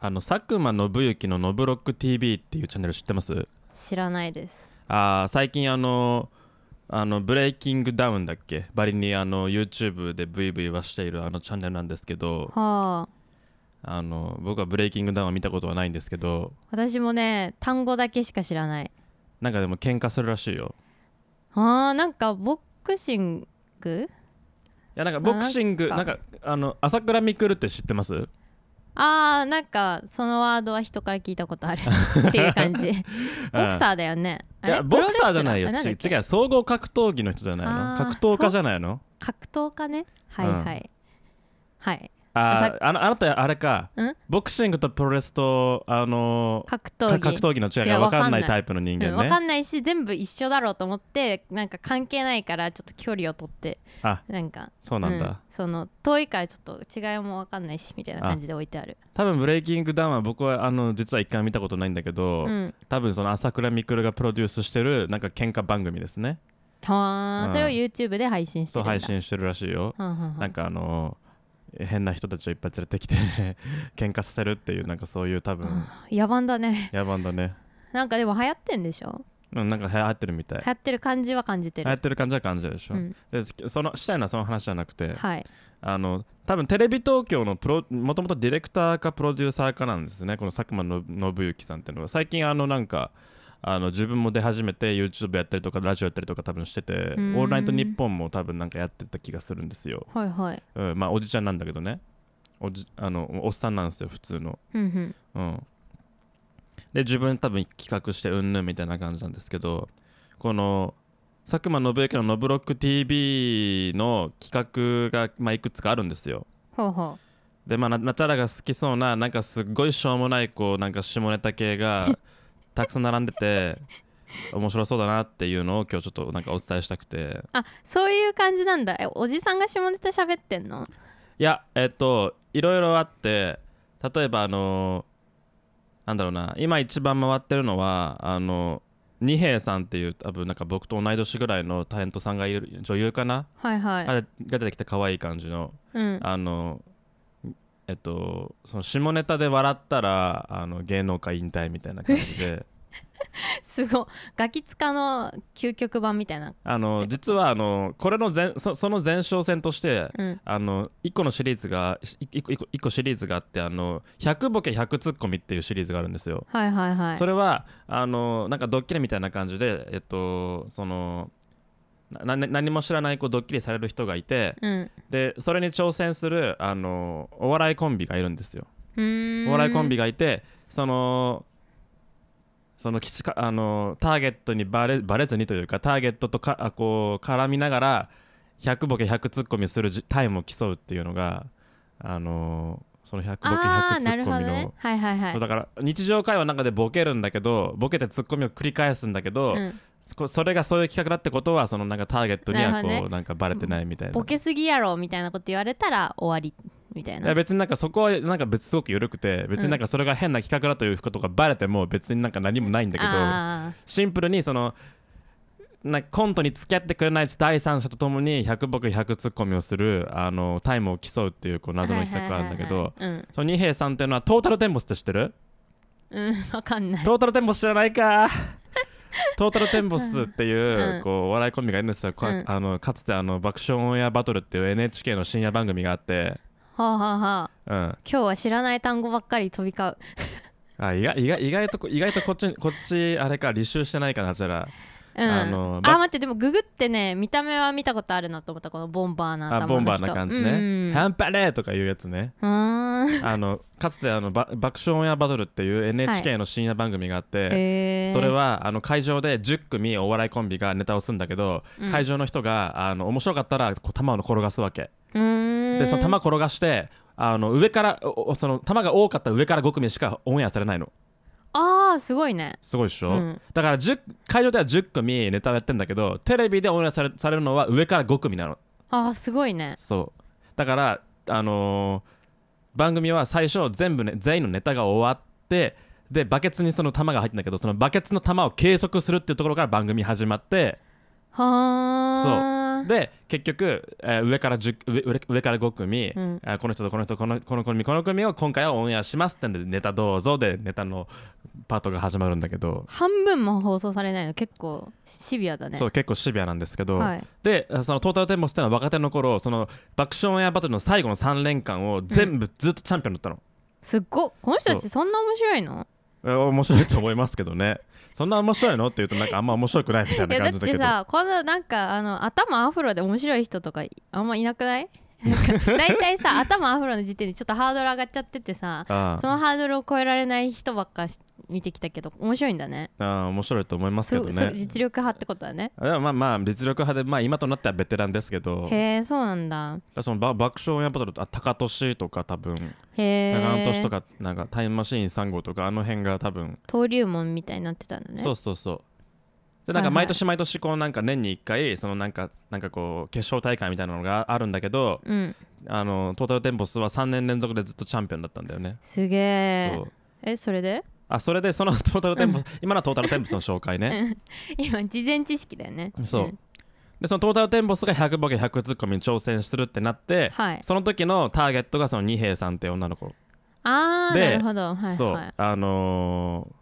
佐久間信行のノブロック TV っていうチャンネル知ってます？ 知らないです。 最近ブレイキングダウンだっけばりにYouTube でブイブイはしているチャンネルなんですけど、 は僕はブレイキングダウンは見たことはないんですけど、 私もね単語だけしか知らない。 なんかでも喧嘩するらしいよ。 なんかボクシング、 いやなんかボクシングなんか朝倉未来って知ってます？ なんかそのワードは人から聞いたことあるっていう感じ。ボクサーだよね。 いやボクサーじゃないよ。違う、総合格闘技の人じゃないの？格闘家じゃないの？ 格闘家ね。はいはい、はい。 あなたあれか、ボクシングとプロレスと格闘技の違いが分かんないタイプの人間ね。 分かんないし全部一緒だろうと思ってなんか関係ないからちょっと距離を取って、なんかそうなんだ、 その遠いからちょっと違いも分かんないしみたいな感じで置いてある。 多分ブレイキングダウンは僕は実は一回見たことないんだけど、多分その朝倉未来がプロデュースしてるなんか喧嘩番組ですね。 それを YouTube で配信してるんだ。 配信してるらしいよ。なんか変な人たちをいっぱい連れてきて喧嘩させるっていうなんかそういう多分野蛮だね。 野蛮だね。 なんかでも流行ってんでしょ？ なんか流行ってるみたい。 流行ってる感じは感じてる。 流行ってる感じは感じるでしょ、でしたいのはその話じゃなくて、 はい多分テレビ東京のもともとディレクターかプロデューサーかなんですね、この佐久間信行さんっていうのは。最近なんか自分も出始めて YouTube やったりとかラジオやったりとか多分してて、オールナイトニッポンも多分なんかやってた気がするんですよ。 はいはい、 まあおじちゃんなんだけどね、おっさんなんですよ普通の。で自分多分企画してうんぬんみたいな感じなんですけど、この佐久間信行のノブロック TV の企画が、いくつかあるんですよ。でナチャラが好きそうななんかすっごいしょうもないなんか下ネタ系がたくさん並んでて面白そうだなっていうのを今日ちょっとなんかお伝えしたくて。 そういう感じなんだ。おじさんが下ネタ喋ってんの？ いやいろいろあって、例えばなんだろうな、今一番回ってるのは二平さんっていう多分なんか僕と同い年ぐらいのタレントさんがいる、女優かな、が出てきた可愛い感じの、その下ネタで笑ったら芸能界引退みたいな感じですごいガキツカの究極版みたいな。 実はこれのその前哨戦として、1個シリーズがあって100ボケ100ツッコミっていうシリーズがあるんですよ。それはなんかドッキリみたいな感じでその何も知らないドッキリされる人がいて、でそれに挑戦するお笑いコンビがいるんですよ。お笑いコンビがいて、そのターゲットにバレずにというか、ターゲットと絡みながら100ボケ100ツッコミするタイムを競うっていうのがその100ボケ100ツッコミの、だから日常会話の中でボケるんだけど、ボケてツッコミを繰り返すんだけど、それがそういう企画だってことはそのなんかターゲットにはなんかバレてないみたいな。 ボケすぎやろみたいなこと言われたら終わりみたいな。 いや別になんかそこはなんかすごく緩くて、別になんかそれが変な企画だということがバレても別になんか何もないんだけど、シンプルにそのなんかコントに付き合ってくれない第三者とともに100ボケ100ツッコミをするタイムを競うっていう謎の企画があるんだけど、その二平さんっていうのはトータルテンボスって知ってる？ わかんない。 トータルテンボス知らないかトータルテンボスっていうお笑いコンビがいるんですよ。かつて爆笑オンエアバトルっていう NHK の深夜番組があって、 今日は知らない単語ばっかり飛び交う。 意外とこっちあれか履修してないかな、じゃあ。 待って、でもググってね、見た目は見たことあるなと思った。このボンバーな頭の人。 ボンバーな感じね。ハンパレーとかいうやつね。かつて爆笑オンエアバトルっていう NHK の深夜番組があって、それは会場で10組お笑いコンビがネタをするんだけど、会場の人が面白かったら球を転がすわけで、その球転がして上からその球が多かったら上から5組しかオンエアされないの。 すごいね。 すごいでしょ、だから会場では10組ネタをやってんだけど、テレビでオンエアされるのは上から5組なの。 すごいね。 そうだから番組は最初全員のネタが終わって、でバケツにその球が入ってんだけど、そのバケツの球を計測するっていうところから番組始まって、そうで結局、上から5組、この人とこの人この組を今回はオンエアしますってんでネタどうぞでネタのパートが始まるんだけど、 半分も放送されないの結構シビアだね。 そう結構シビアなんですけど、でそのトータルテンボスってのは若手の頃その爆笑オンエアバトルの最後の3連間を全部ずっとチャンピオンだったの。 すっごっ、この人たちそんな面白いの？ 面白いと思いますけどね。そんな面白いのって言うとなんかあんま面白くないみたいな感じだけど。 だってさ、このなんか頭アフロで面白い人とかあんまいなくない？だいたいさ頭アフロの時点でちょっとハードル上がっちゃっててさ、そのハードルを超えられない人ばっか見てきたけど面白いんだね。 面白いと思いますけどね。 実力派ってことだね。 まあ実力派で、まあ、今となってはベテランですけど。 へえ、そうなんだ。 その爆笑オンエアバトル高俊とか多分へ長野俊とかなんかタイムマシーン3号とかあの辺が多分登竜門みたいになってたんだね。 そうでなんか毎年こうなんか年に1回そのなんかこう決勝大会みたいなのがあるんだけど、トータルテンボスは3年連続でずっとチャンピオンだったんだよね。 すげえ。それでそれでそのトータルテンボス今のトータルテンボスの紹介ね今事前知識だよね。 そうでそのトータルテンボスが100ボケ100ツッコミに挑戦するってなって、その時のターゲットがその二平さんって女の子なるほど。 そう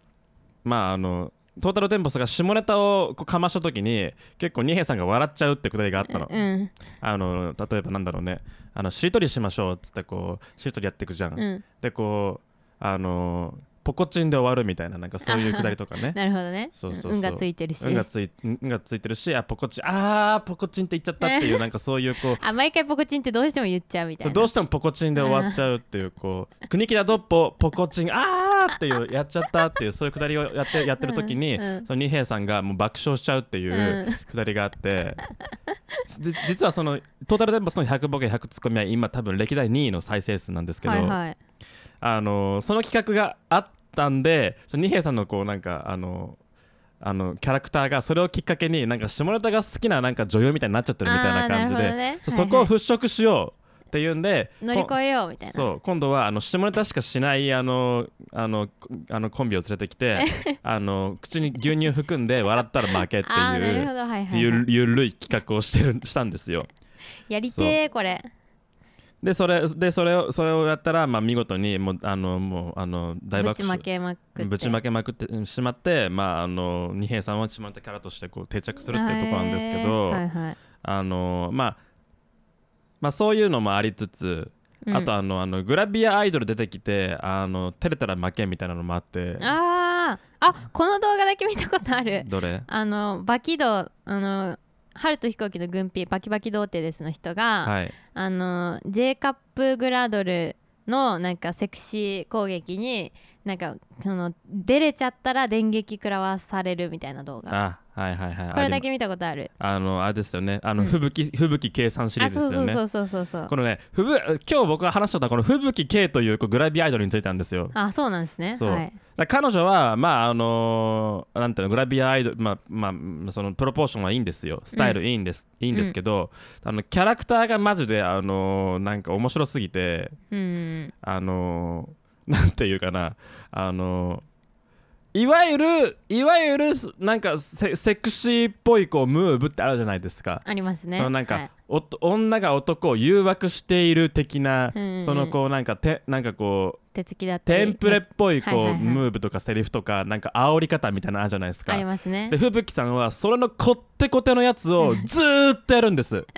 トータルテンボスが下ネタをこうかました時に結構二平さんが笑っちゃうってくだりがあったの、例えばなんだろうね、しりとりしましょうっつってこうしりとりやっていくじゃん、でこうポコチンで終わるみたいな、なんかそういうくだりとかねなるほどね。運がついてるしポコチンって言っちゃったっていうなんかそういうこう毎回ポコチンってどうしても言っちゃうみたいな、 どうしてもポコチンで終わっちゃうっていうこう国木田ドッポポコチンっていうやっちゃったっていうそういうくだりをやってる時に、その二平さんがもう爆笑しちゃうっていうくだりがあって、実はそのトータルテンボスの100ボケ100ツッコミは今多分歴代2位の再生数なんですけど、その企画があったんで、二平さんのこうなんかキャラクターがそれをきっかけになんか下ネタが好きななんか女優みたいになっちゃってるみたいな感じで、そこを払拭しようっていうんで乗り越えようみたいな。 そう今度は下ネタしかしないコンビを連れてきて口に牛乳含んで笑ったら負けっていうゆるい企画をしたんですよ。 やりてーこれでそれをやったら、まあ、見事にもう大爆笑ぶちまけまくってしまって、まあ、二平さんは下ネタキャラとしてこう定着するっていうところなんですけど、まあそういうのもありつつ、あとグラビアアイドル出てきて照れたら負けみたいなのもあって、 この動画だけ見たことある。 どれ？ バキド春と飛行機の軍艇バキバキ童貞ですの人が、J カップグラドルのなんかセクシー攻撃になんか出れちゃったら電撃食らわされるみたいな動画。これだけ見たことある。あれですよね、吹雪計算シリーズですよね。 そうこのね今日僕が話したのはこの吹雪計というグラビアアイドルについてなんですよ。 そうなんですね。 彼女はまあなんていうのグラビアアイドル、そのプロポーションはいいんですよ、スタイルいいんですけど、キャラクターがマジでなんか面白すぎて、なんていうかな、いわゆるなんかセクシーっぽいこうムーブってあるじゃないですか。 ありますね。 そのなんか、女が男を誘惑している的な、そのこうなんかこう手つきだったりテンプレっぽいこう、ムーブとかセリフとかなんか煽り方みたいなのあるじゃないですか。 ありますね。 で吹雪さんはそれのこってこてのやつをずーっとやるんです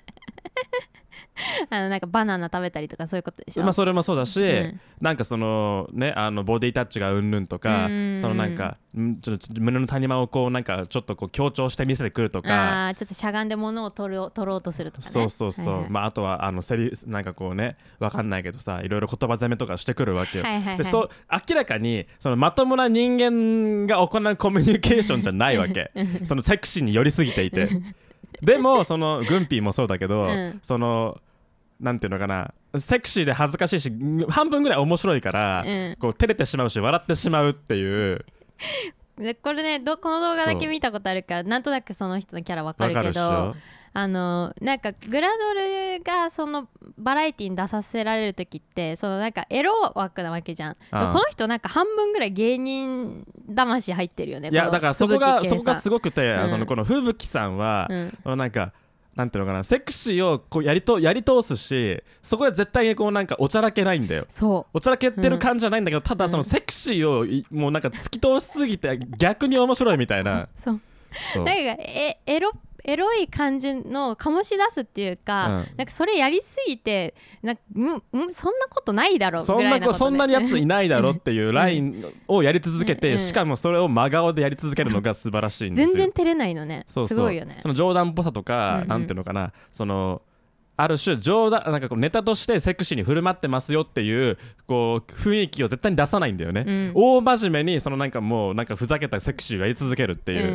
なんかバナナ食べたりとかそういうことでしょ。 それもそうだし、なんかそのねボディタッチがうんぬんとか、そのなんかちょっと胸の谷間をこうなんかちょっとこう強調して見せてくるとか、 ちょっとしゃがんで物を取ろうとするとかね。そう、あとはセリフなんかこうねわかんないけどさいろいろ言葉攻めとかしてくるわけよ。で明らかにそのまともな人間が行うコミュニケーションじゃないわけそのセクシーに寄りすぎていてでもそのグンピーもそうだけど、そのなんていうのかな、セクシーで恥ずかしいし半分ぐらい面白いから、こう照れてしまうし笑ってしまうっていうでこれねこの動画だけ見たことあるからなんとなくその人のキャラわかるけど、なんかグラドルがそのバラエティに出させられる時ってそのなんかエロ枠なわけじゃん。この人なんか半分ぐらい芸人魂入ってるよね。 いやだからそこがすごくて、この吹雪さんは、なんかなんていうのかな、セクシーをこうやり通すし、そこで絶対にこうなんかおちゃらけないんだよ。おちゃらけてる感じじゃないんだけど、ただそのセクシーをもうなんか突き通しすぎて逆に面白いみたいな。 そうなんかエロい感じの醸し出すっていうか、なんかそれやりすぎてなんかそんなことないだろぐらいなことで、 そんなにやついないだろっていうラインをやり続けて、しかもそれを真顔でやり続けるのが素晴らしいんですよ。 全然照れないのね。すごいよね。 その冗談っぽさとか、なんていうのかな、そのある種冗談なんかこうネタとしてセクシーに振る舞ってますよっていうこう雰囲気を絶対に出さないんだよね、大真面目にそのなんかもうなんかふざけたセクシーをやり続けるっていう、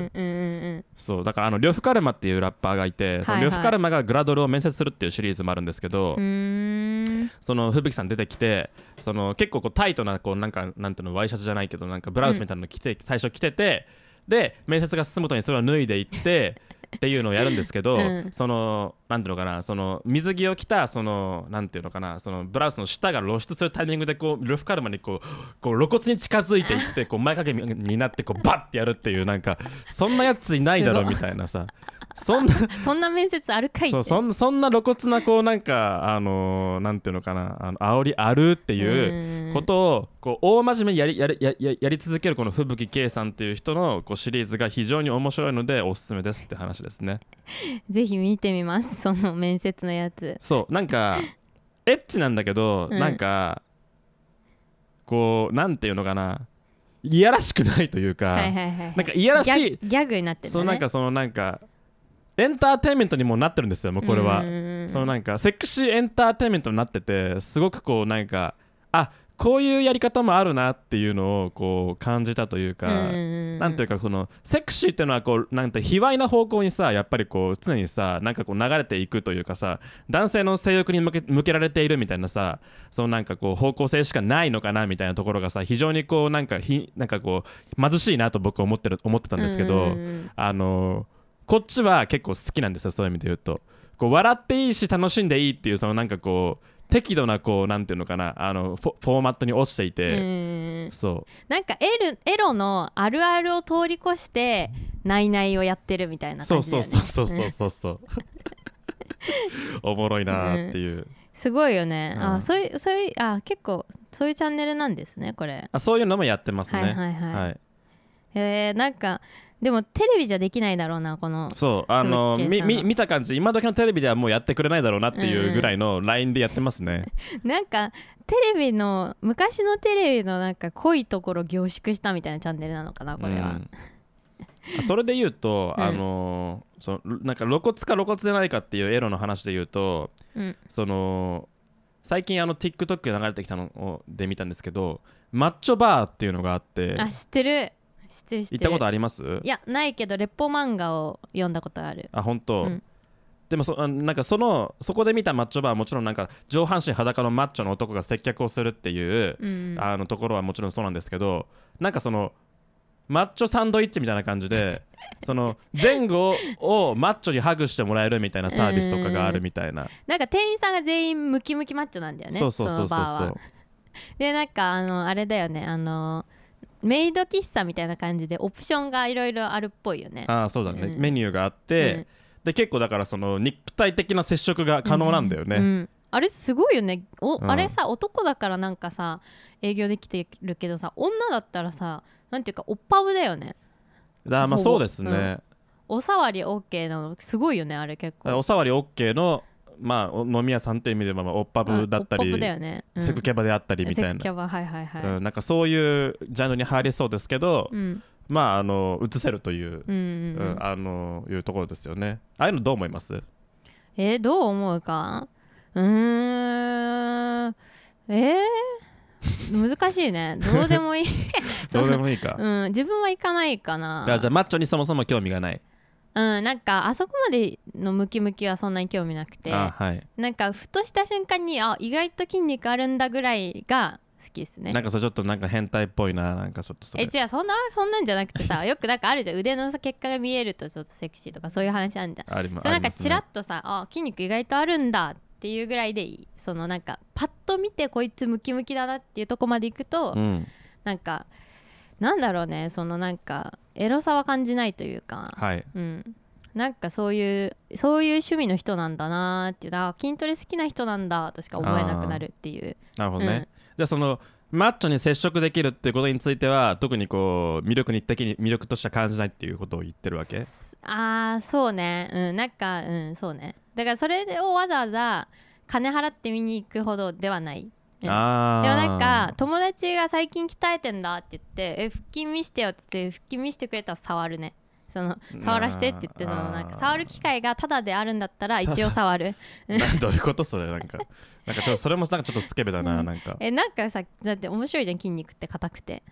そうだからリョフカルマっていうラッパーがいて、そのリョフカルマがグラドルを面接するっていうシリーズもあるんですけど、その吹雪さん出てきて、その結構こうタイトなこうなんかなんていうのワイシャツじゃないけどなんかブラウスみたいなの着て、最初着てて、で面接が進むとにそれを脱いでいってっていうのをやるんですけど、そのなんていうのかな、その水着を着たそのなんていうのかな、そのブラウスの下が露出するタイミングでこうルフカルマにこう露骨に近づいていってこう前かけになってこうバッてやるっていう、なんかそんなやついないだろみたいなさ、そんな面接あるかいって、 そんな露骨なこうなんかなんていうのかな、煽りあるっていうことをこう大真面目にやり続けるこの吹雪圭さんっていう人のこうシリーズが非常に面白いのでおすすめですって話ですね。 ぜひ見てみます、その面接のやつ。 そうなんかエッチなんだけど、なんかこうなんていうのかな、いやらしくないというか、なんかいやらしいギャグになってるね。 そうなんかそのなんかエンターテインメントにもなってるんですよ、もうこれは。そのなんかセクシーエンターテインメントになってて、すごくこうなんかこういうやり方もあるなっていうのをこう感じたというか、なんていうかそのセクシーっていうのはこうなんて卑猥な方向にさ、やっぱりこう常にさなんかこう流れていくというかさ、男性の性欲に向けられているみたいなさ、そのなんかこう方向性しかないのかなみたいなところがさ、非常にこうなんかこう貧しいなと僕は思ってたんですけど、こっちは結構好きなんですよ、そういう意味で言うと。こう笑っていいし楽しんでいいっていう、そのなんかこう適度なこうなんていうのかな、フォーマットに落ちていて、そうなんかエロのあるあるを通り越してナイナイをやってるみたいな感じだよね。 そうおもろいなっていう、 すごいよね。そういう結構そういうチャンネルなんですねこれ。 そういうのもやってますね。 なんかでもテレビじゃできないだろうな、この。 そう見た感じ今時のテレビではもうやってくれないだろうなっていうぐらいのラインでやってますね。 なんか昔のテレビのなんか濃いところ凝縮したみたいなチャンネルなのかなこれは。 それで言うと、そのなんか露骨か露骨でないかっていうエロの話で言うと、その最近TikTok で流れてきたので見たんですけど、マッチョバーっていうのがあって。 知ってる。 行ったことあります？ いやないけどレポ漫画を読んだことある。 本当、でもなんかそこで見たマッチョバーはもちろんなんか上半身裸のマッチョの男が接客をするっていう、ところはもちろんそうなんですけど、なんかそのマッチョサンドイッチみたいな感じでその前後をマッチョにハグしてもらえるみたいなサービスとかがあるみたいな。 なんか店員さんが全員ムキムキマッチョなんだよね。そうでなんかあれだよね、メイド喫茶みたいな感じでオプションがいろいろあるっぽいよね。 そうだね、メニューがあって、で結構だからその肉体的な接触が可能なんだよね。 あれすごいよね。あれさ男だからなんかさ営業できてるけどさ、女だったらさなんていうかおっぱぶだよね。 まあそうですね、 おさわり OK なのすごいよね、あれ結構。 おさわり OK の飲み屋さんという意味では、おっぱぶだったり、セクキャバであったりみたいな、セクキャバ、なんかそういうジャンルに入りそうですけど、映せるという、いうところですよね。ああいうのどう思います？ どう思うか。難しいね。どうでもいいどうでもいいか。 自分は行かないかな。 じゃあマッチョにそもそも興味がない。 なんかあそこまでのムキムキはそんなに興味なくて、なんかふとした瞬間に意外と筋肉あるんだぐらいが好きですね。 なんかちょっとなんか変態っぽいな、なんかちょっとそれ。 違う、そんなんじゃなくてさよくなんかあるじゃん、腕の結果が見えるとちょっとセクシーとかそういう話あるじゃん。そうなんかチラッとさ筋肉意外とあるんだっていうぐらいでいい。そのなんかパッと見てこいつムキムキだなっていうとこまでいくと、なんかなんだろうね、そのなんかエロさは感じないというか、 なんかそういう趣味の人なんだなっていう、筋トレ好きな人なんだとしか思えなくなるっていう。 なるほどね、じゃあそのマッチョに接触できるっていうことについては特にこう魅力としては感じないっていうことを言ってるわけ？ そうね、なんかそうね、だからそれをわざわざ金払って見に行くほどではない。でもなんか友達が最近鍛えてんだって言って腹筋見してよって言って腹筋見してくれたら触るね。触らせてって言ってなんか触る機会がタダであるんだったら一応触るどういうことそれなんかちょっとそれもなんかちょっとスケベだな、なんかなんかさ、だって面白いじゃん、筋肉って硬くて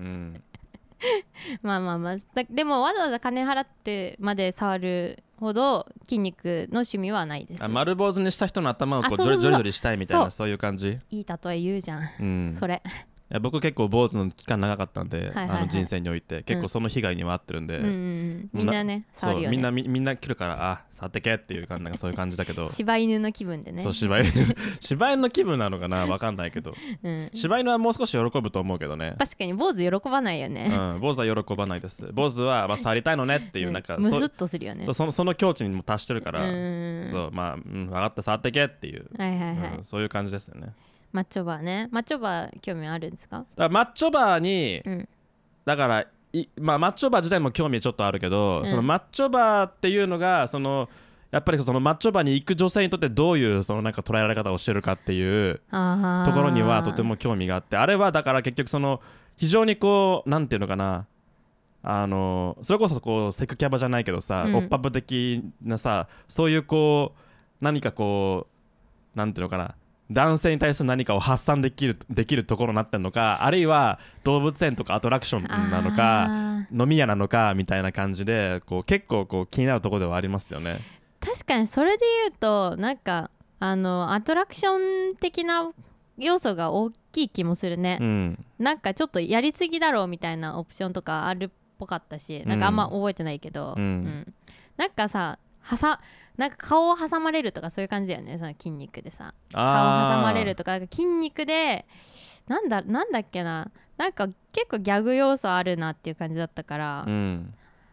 まあでもわざわざ金払ってまで触るほど筋肉の趣味はないです。 丸坊主にした人の頭をこうジョリジョリしたいみたいな、そういう感じ。 いい例え言うじゃん、それ。 いや僕結構坊主の期間長かったんで、人生において結構その被害には遭ってるんで、 みんなね触るよね。 みんな来るから触ってけっていう感じがそういう感じだけど柴犬の気分でね。 そう柴犬の気分なのかな、分かんないけど、柴犬はもう少し喜ぶと思うけどね。 確かに坊主喜ばないよね。 坊主は喜ばないです。坊主は触りたいのねっていうなんかムスッとするよね。 その境地にも達してるからそう分かった触ってけっていうそういう感じですよね。 マッチョバーね。マッチョバー興味あるんですか？ だからマッチョバーに、だからマッチョバー自体も興味ちょっとあるけど、そのマッチョバーっていうのがやっぱりそのマッチョバーに行く女性にとってどういうなんか捉えられ方をしてるかっていうところにはとても興味があって、あれはだから結局非常にこうなんていうのかな、それこそこうセクキャバじゃないけどさ、オッパブ的なさ、そういうこう何かこうなんていうのかな、男性に対する何かを発散できるところになってるのか、あるいは動物園とかアトラクションなのか飲み屋なのかみたいな感じでこう結構こう気になるところではありますよね。 確かにそれで言うとなんかアトラクション的な要素が大きい気もするね、なんかちょっとやりすぎだろうみたいなオプションとかあるっぽかったし、なんかあんま覚えてないけど、なんかさなんか顔を挟まれるとかそういう感じだよね。その筋肉でさ顔を挟まれるとか筋肉でなんだっけな、なんか結構ギャグ要素あるなっていう感じだったから、半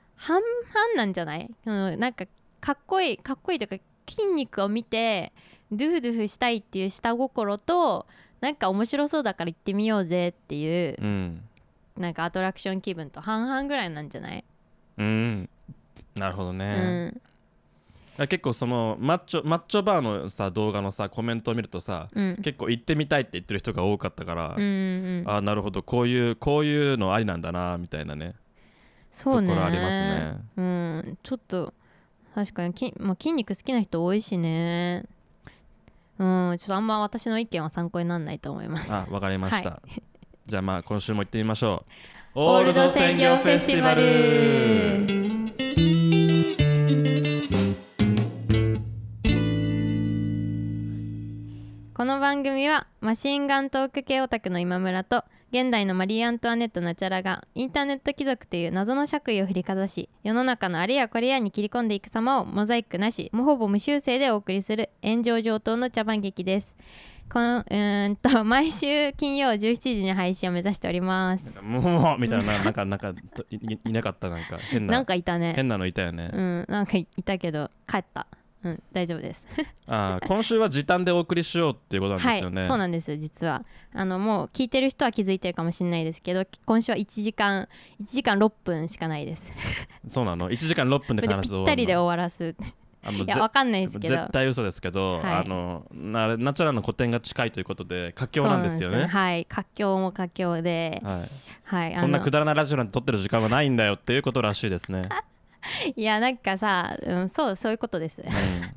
々なんじゃない？なんかかっこいいというか筋肉を見てドゥフドゥフしたいっていう下心と、なんか面白そうだから行ってみようぜっていう、なんかアトラクション気分と半々ぐらいなんじゃない？ なるほどね、結構そのマッチョバーのさ動画のさコメントを見るとさ、結構行ってみたいって言ってる人が多かったから、なるほどこういうのありなんだなみたいなね、 そうね、 ところありますね。 ちょっと確かに筋肉好きな人多いしね。ちょっとあんま私の意見は参考にならないと思います。 わかりました、じゃあ今週も行ってみましょう。 オールド鮮魚フェスティバル。この番組はマシンガントーク系オタクの今村と現代のマリー・アントワネット・ナチャラがインターネット貴族という謎の爵位を振りかざし、世の中のあれやこれやに切り込んでいく様をモザイクなしほぼ無修正でお送りする炎上上等の茶番劇です。毎週金曜17時に配信を目指しております。 もうみたいななんかいなかった、なんか変ななんかいたね。 変なのいたよね。 なんかいたけど帰った。大丈夫です今週は時短でお送りしようっていうことなんですよね。 そうなんです。実はもう聞いてる人は気づいてるかもしれないですけど、今週は1時間6分しかないですそうなの？1時間6分で話す。 ぴったりで終わらすいやわかんないですけど、 絶対嘘ですけど、ナチュラルの古典が近いということで佳境なんですよね。 佳境も佳境で、 こんなくだらないラジオなんて撮ってる時間はないんだよっていうことらしいですねいやなんかさ、そういうことです、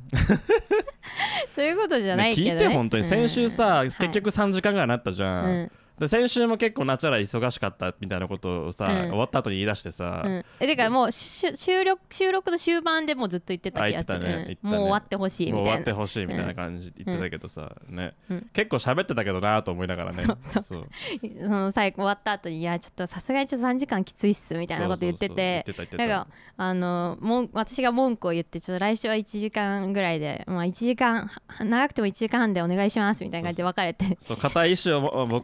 そういうことじゃないけどね。 聞いて本当に先週さ、結局3時間ぐらいになったじゃん、で先週も結構ナチュラル忙しかったみたいなことをさ、終わった後に言い出してさ、 だからもう収録の終盤でもうずっと言ってた気がする。もう終わってほしいみたいな、 もう終わってほしいみたいな感じで言ってたけどさ、結構喋ってたけどなと思いながらね。 そう最後終わった後に、いやちょっとさすがに3時間きついっすみたいなこと言ってて、なんか私が文句を言って、ちょっと来週は1時間ぐらいで、1時間長くても1時間半でお願いしますみたいな感じで別れて、 固い意思を僕に伝えて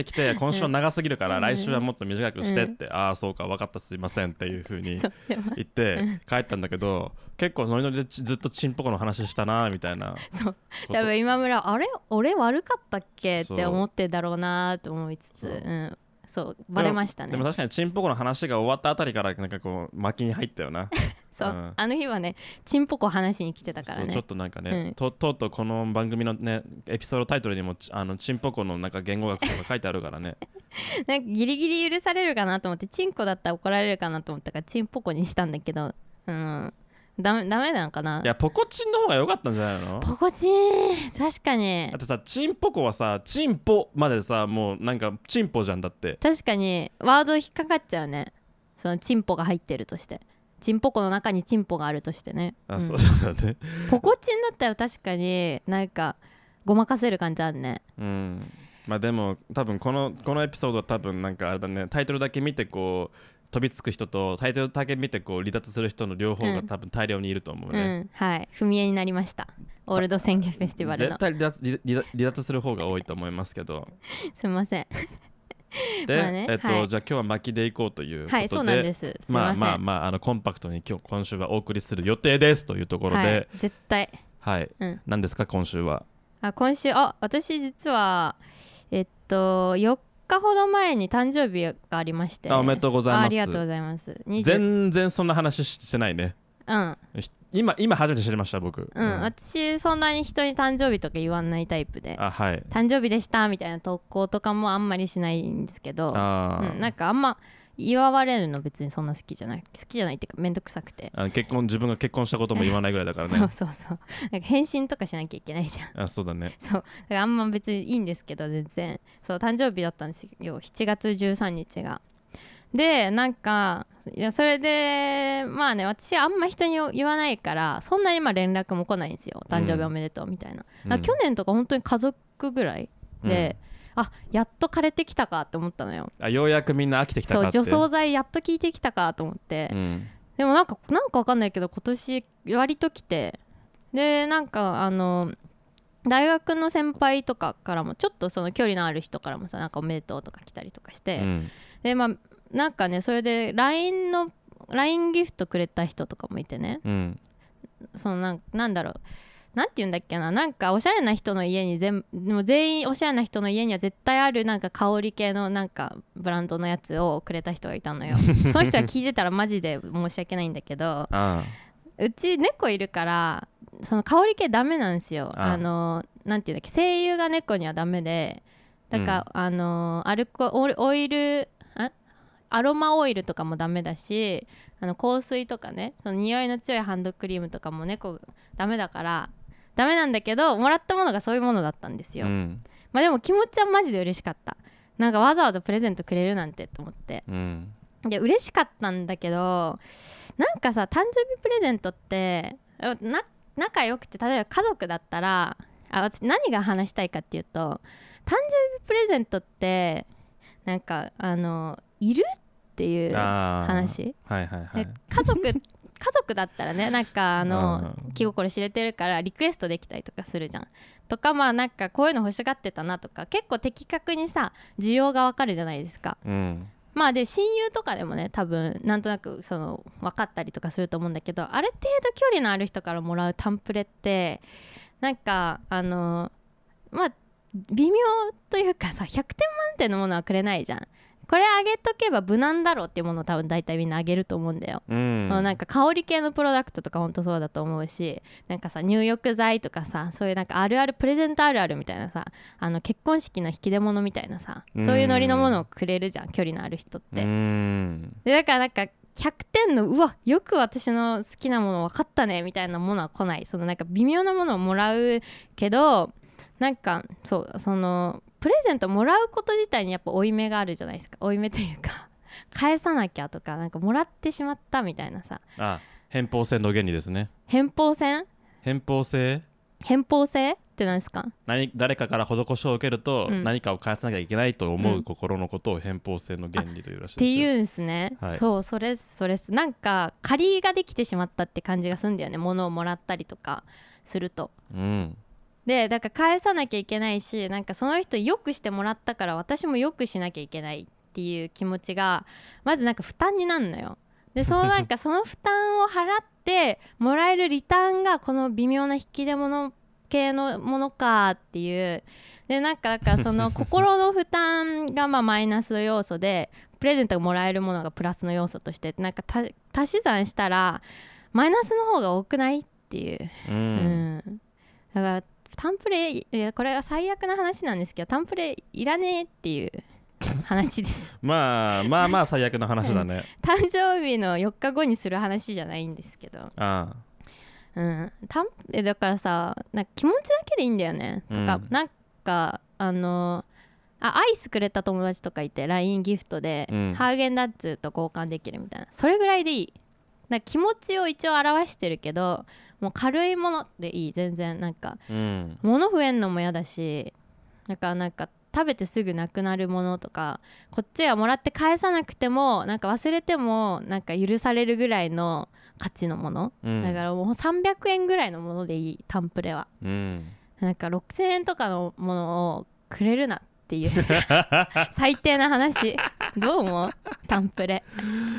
ってきて今週は長すぎるから来週はもっと短くしてって、ああそうか分かったすいませんっていう風に言って帰ったんだけど、結構ノリノリでずっとチンポコの話したなみたいな。 そう多分今村あれ俺悪かったっけって思ってだろうなと思いつつ、そうバレましたね。 でも確かにチンポコの話が終わったあたりからなんかこう巻きに入ったよな。 そう、あの日はねチンポコ話しに来てたからね。 ちょっとなんかね、とうとうこの番組のねエピソードタイトルにもチンポコのなんか言語学とか書いてあるからね。 なんかギリギリ許されるかなと思って、チンコだったら怒られるかなと思ったからチンポコにしたんだけど、ダメなのかな。 いやポコチンの方が良かったんじゃないの。 ポコチン確かに。 あとさチンポコはさチンポまでさもうなんかチンポじゃんだって。 確かにワード引っかかっちゃうね、そのチンポが入ってるとして。チンポコの中にチンポがあるとしてね。 そうだね。 ポコチンだったら確かになんかごまかせる感じあるね。 まあでも多分このエピソードは多分なんかあれだね、タイトルだけ見てこう飛びつく人とタイトルだけ見てこう離脱する人の両方が多分大量にいると思うね。 はい踏み絵になりました。オールド宣言フェスティバルの絶対離脱する方が多いと思いますけどすみません。 で、じゃあ今日は巻きでいこうということで、 そうなんです。すみません。 コンパクトに今週はお送りする予定ですというところで、 絶対何ですか今週は。 今週私実は4日ほど前に誕生日がありまして。 おめでとうございます。 ありがとうございます。 全然そんな話してないね。今初めて知りました僕。 私そんなに人に誕生日とか言わないタイプで、誕生日でしたみたいな投稿とかもあんまりしないんですけど、なんかあんま祝われるの別にそんな好きじゃないっていうかめんどくさくて、 自分が結婚したことも言わないぐらいだからね。 そうなんか返信とかしなきゃいけないじゃん。 そうだね。 そうだからあんま別にいいんですけど、全然そう誕生日だったんですよ、7月13日が。でなんかそれでまあね、私はあんま人に言わないからそんなに今連絡も来ないんですよ、誕生日おめでとうみたいな。去年とか本当に家族ぐらいで、やっと枯れてきたかって思ったのよ。 ようやくみんな飽きてきたかって。 そう除草剤やっと効いてきたかと思って、でもなんか分かんないけど今年割と来て、でなんか大学の先輩とかからもちょっとその距離のある人からもさ、なんかおめでとうとか来たりとかして、でまあなんかね、それで LINE ギフトくれた人とかもいてね、そのなんだろう、なんて言うんだっけな、なんかおしゃれな人の家にでも全員おしゃれな人の家には絶対あるなんか香り系のなんかブランドのやつをくれた人がいたのよ。その人は聞いてたらマジで申し訳ないんだけど、うち猫いるからその香り系ダメなんですよ。なんていうんだっけ、精油が猫にはダメで、だから、オイルアロマオイルとかもダメだし、香水とかね、その匂いの強いハンドクリームとかも猫ダメだからダメなんだけど、もらったものがそういうものだったんですよ。まあでも気持ちはマジで嬉しかった。なんかわざわざプレゼントくれるなんてと思って、で嬉しかったんだけど、なんかさ、誕生日プレゼントって仲良くて、例えば家族だったら私何が話したいかっていうと、誕生日プレゼントってなんかいるっていう話。家族だったらね、なんか気心知れてるからリクエストできたりとかするじゃん。とかまあなんかこういうの欲しがってたなとか、結構的確にさ需要がわかるじゃないですか。まあで親友とかでもね、多分なんとなくその分かったりとかすると思うんだけど、ある程度距離のある人からもらうタンプレってなんかまあ微妙というかさ、100点満点のものはくれないじゃん。これあげとけば無難だろうっていうものを多分大体みんなあげると思うんだよ。なんか香り系のプロダクトとかほんとそうだと思うし、なんかさ入浴剤とかさ、そういうなんかあるあるプレゼントあるあるみたいなさ、結婚式の引き出物みたいなさ、そういうノリのものをくれるじゃん、距離のある人って。でだからなんか100点のうわよく私の好きなもの分かったねみたいなものは来ない。そのなんか微妙なものをもらうけど、なんかそのプレゼントもらうこと自体にやっぱ負い目があるじゃないですか。負い目というか返さなきゃとか、なんかもらってしまったみたいなさ。 偏方性の原理ですね。 偏方性って何ですか？ 誰かから施しを受けると、何かを返さなきゃいけないと思う心のことを偏方性の原理というらしいですよ。 っていうんですね、そうそれなんか借りができてしまったって感じがするんだよね、物をもらったりとかすると。 でだから返さなきゃいけないし、なんかその人よくしてもらったから私もよくしなきゃいけないっていう気持ちがまずなんか負担になるのよ。でそのなんかその負担を払ってもらえるリターンがこの微妙な引き出物系のものかっていう。でなんかだからその心の負担がまあマイナスの要素でプレゼントがもらえるものがプラスの要素としてなんか足し算したらマイナスの方が多くないっていう、だからタンプレいやこれは最悪な話なんですけどタンプレいらねえっていう話ですまあ最悪な話だね誕生日の4日後にする話じゃないんですけど、だからさなんか気持ちだけでいいんだよね、とかなんかアイスくれた友達とかいて LINE ギフトで、ハーゲンダッツと交換できるみたいな、それぐらいでいい。なんか気持ちを一応表してるけどもう軽いものでいい。全然なんか、物増えんのも嫌だし、なんか食べてすぐなくなるものとかこっちがもらって返さなくてもなんか忘れてもなんか許されるぐらいの価値のもの、だからもう300円ぐらいのものでいいタンプレは、なんか6000円とかのものをくれるなっていう最低な話どう思うタンプレ。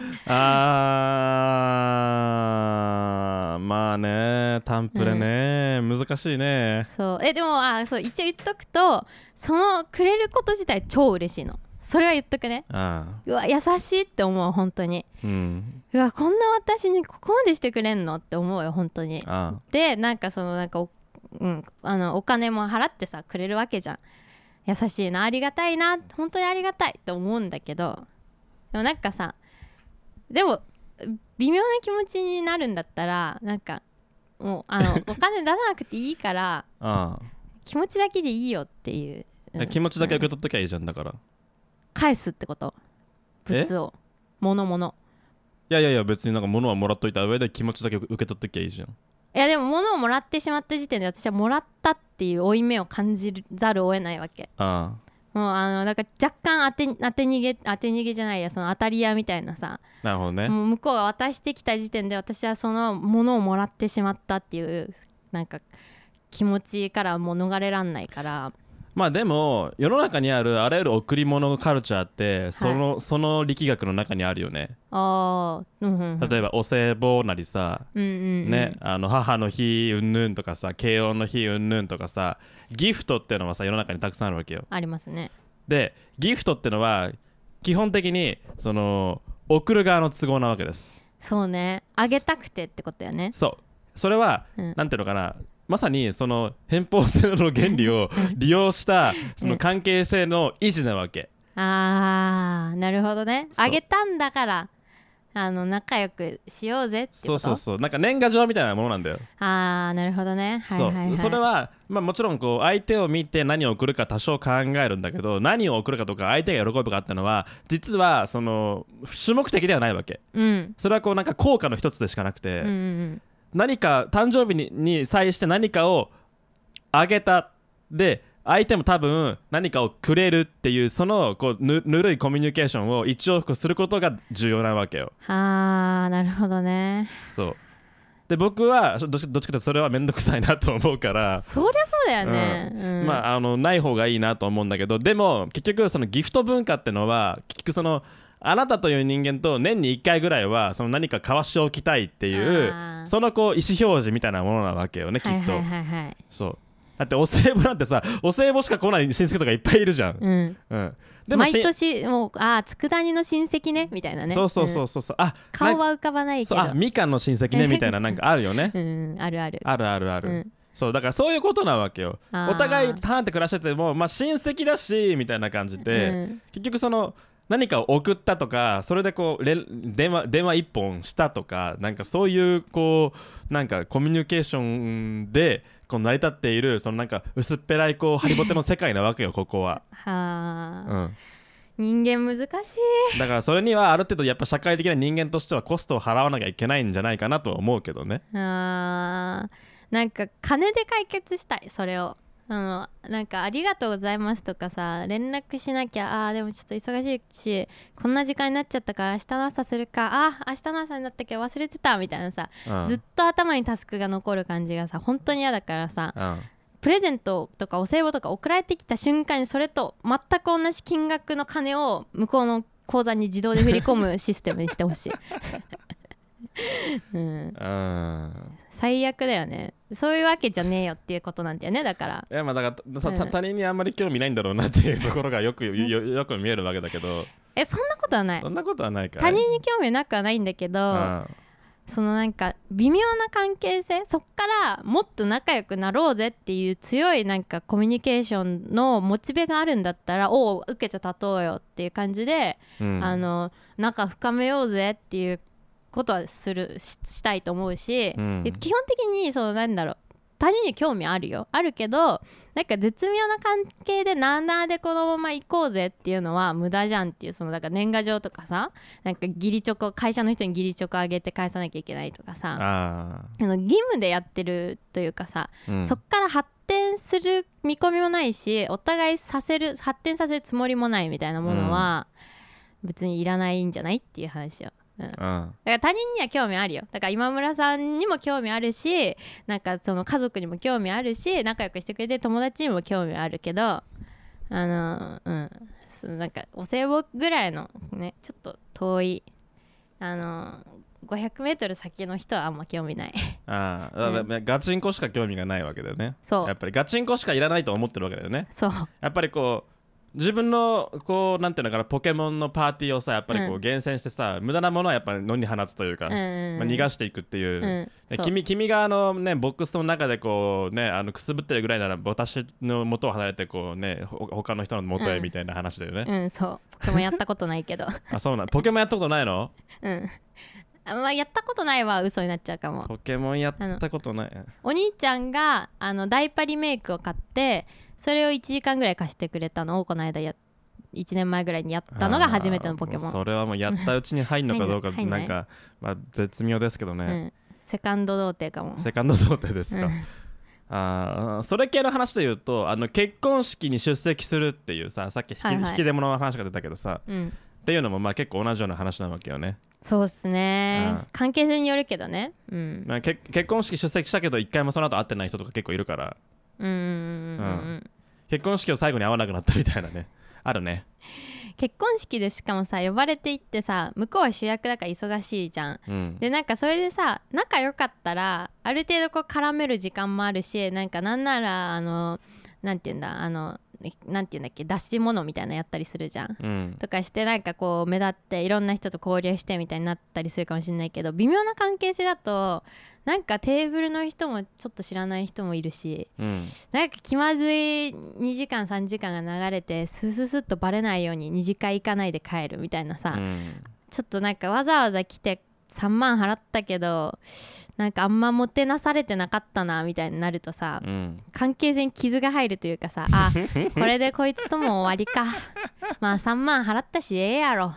まあねタンプレね、難しいね。 そうでもそう一応言っとくとそのくれること自体超嬉しいの。それは言っとくね。うわ優しいって思う本当に、うわこんな私にここまでしてくれんのって思うよ本当に。でなんかそのなんかお金も払ってさくれるわけじゃん。優しいなありがたいな本当にありがたいって思うんだけど、でもなんかさでも微妙な気持ちになるんだったらなんかもうお金出さなくていいから気持ちだけでいいよっていう、 気持ちだけ受け取っときゃいいじゃん。だから返すってこと。物を物いや別になんか物はもらっといた上で気持ちだけ受け取っときゃいいじゃん。 いやでも物をもらってしまった時点で私はもらったっていう負い目を感じざるを得ないわけ。もうだから若干当て逃げじゃないやその当たり屋みたいなさ。 なるほどね。 もう向こうが渡してきた時点で私はその物をもらってしまったっていうなんか気持ちからもう逃れらんないから。 まあでも世の中にあるあらゆる贈り物カルチャーってその力学の中にあるよね。例えばお歳暮なりさ、ね、母の日うんぬんとかさ慶応の日うんぬんとかさギフトっていうのはさ世の中にたくさんあるわけよ。 ありますね。でギフトってのは基本的にその贈る側の都合なわけです。 そうねあげたくてってことよね。 それは、なんていうのかなまさにその偏方性の原理を利用したその関係性の維持なわけ。 なるほどね。あげたんだから仲良くしようぜってこと。 そうなんか年賀状みたいなものなんだよ。 なるほどね。 それは、まあ、もちろんこう相手を見て何を送るか多少考えるんだけど何を送るかとか相手が喜ぶかっていうのは実はその主目的ではないわけ、それはこうなんか効果の一つでしかなくて、何か誕生日に際して何かをあげたで相手も多分何かをくれるっていうそのこうぬるいコミュニケーションを一往復することが重要なわけよ。 なるほどね。 そうで僕はどっちかというとそれはめんどくさいなと思うからそりゃそうだよね、 まあない方がいいなと思うんだけど、でも結局そのギフト文化ってのは結局そのあなたという人間と年に1回ぐらいはその何か交わしておきたいっていうそのこう意思表示みたいなものなわけよねきっと。そうだってお歳暮なんてさお歳暮しか来ない親戚とかいっぱいいるじゃん。 でも毎年もう佃煮の親戚ねみたいなね。 そう顔は浮かばないけどみかんの親戚ねみたいななんかあるよね。 ある、 そうだからそういうことなわけよ。お互いターンって暮らしててもまあ親戚だしみたいな感じで、結局その何かを送ったとかそれでこう電話一本したとかなんかそういうこうなんかコミュニケーションでこう成り立っているそのなんか薄っぺらいこうハリボテの世界なわけよここは。 人間難しい。 だからそれにはある程度やっぱ社会的な人間としてはコストを払わなきゃいけないんじゃないかなとは思うけどね。 なんか金で解決したいそれを。なんかありがとうございますとかさ連絡しなきゃでもちょっと忙しいしこんな時間になっちゃったから明日の朝するか明日の朝になったけど忘れてたみたいなさ、ずっと頭にタスクが残る感じがさ本当に嫌だからさ、 プレゼントとかお歳暮とか送られてきた瞬間にそれと全く同じ金額の金を向こうの口座に自動で振り込むシステムにしてほしい、うん、最悪だよね。そういうわけじゃねえよっていうことなんだよね。だからいやまあだから他人にあんまり興味ないんだろうなっていうところがよく見えるわけだけどそんなことはない。 そんなことはないかい。 他人に興味なくはないんだけど、そのなんか微妙な関係性、そっからもっと仲良くなろうぜっていう強いなんかコミュニケーションのモチベがあるんだったら、おう受けちゃ立とうよっていう感じで、仲深めようぜっていうことはしたいと思うし、基本的にそのなんだろう、他人に興味あるけど、なんか絶妙な関係でなあなあでこのまま行こうぜっていうのは無駄じゃんっていう、そのだから年賀状とかさ、なんか義理チョコ、会社の人に義理チョコあげて返さなきゃいけないとかさ、義務でやってるというかさ、そっから発展する見込みもないし、お互い発展させるつもりもないみたいなものは別にいらないんじゃないっていう話よ。だから他人には興味あるよ。だから今村さんにも興味あるし、なんかその家族にも興味あるし、仲良くしてくれて友達にも興味あるけど、そのなんかお歳暮ぐらいのね、ちょっと遠い500メートル先の人はあんま興味ない。 ガチンコしか興味がないわけだよね。 そう、 やっぱりガチンコしかいらないと思ってるわけだよね。 そう、 やっぱりこう自分のこうなんていうのかな、ポケモンのパーティーをさやっぱりこう厳選してさ、無駄なものはやっぱり野に放つというか、逃がしていくっていう、君がねボックスの中でこうねくすぶってるぐらいなら私の元を離れてこうね他の人の元へみたいな話だよね。 そうポケモンやったことないけどそうなん、ポケモンやったことないの？ まあ、やったことないは嘘になっちゃうかも。 ポケモンやったことない。 お兄ちゃんがダイパリメイクを買ってそれを1時間ぐらい貸してくれたのをこの間1年前ぐらいにやったのが初めてのポケモン。 それはもうやったうちに入るのかどうかなんか、まあ、絶妙ですけどね、 セカンド童貞かも。 セカンド童貞ですか、それ系の話で言うと結婚式に出席するっていうさ、さっき引き出物の話が出たけどさ、っていうのもまあ結構同じような話なわけよね。 そうっすね、関係性によるけどね、 まあ、結婚式出席したけど一回もその後会ってない人とか結構いるから、結婚式を最後に会わなくなったみたいなねあるね。 結婚式でしかもさ呼ばれていってさ、向こうは主役だから忙しいじゃん、でなんかそれでさ仲良かったらある程度こう絡める時間もあるし、なんならなんていうんだなんていうんだっけ、出し物みたいなのやったりするじゃん、とかしてなんかこう目立っていろんな人と交流してみたいになったりするかもしれないけど、微妙な関係性だとなんかテーブルの人もちょっと知らない人もいるし、なんか気まずい2時間3時間が流れてスススッとバレないように2次会行かないで帰るみたいなさ、ちょっとなんかわざわざ来て3万払ったけどなんかあんまもてなされてなかったなみたいになるとさ、関係性に傷が入るというかさ、これでこいつとも終わりかまあ3万払ったしやろって、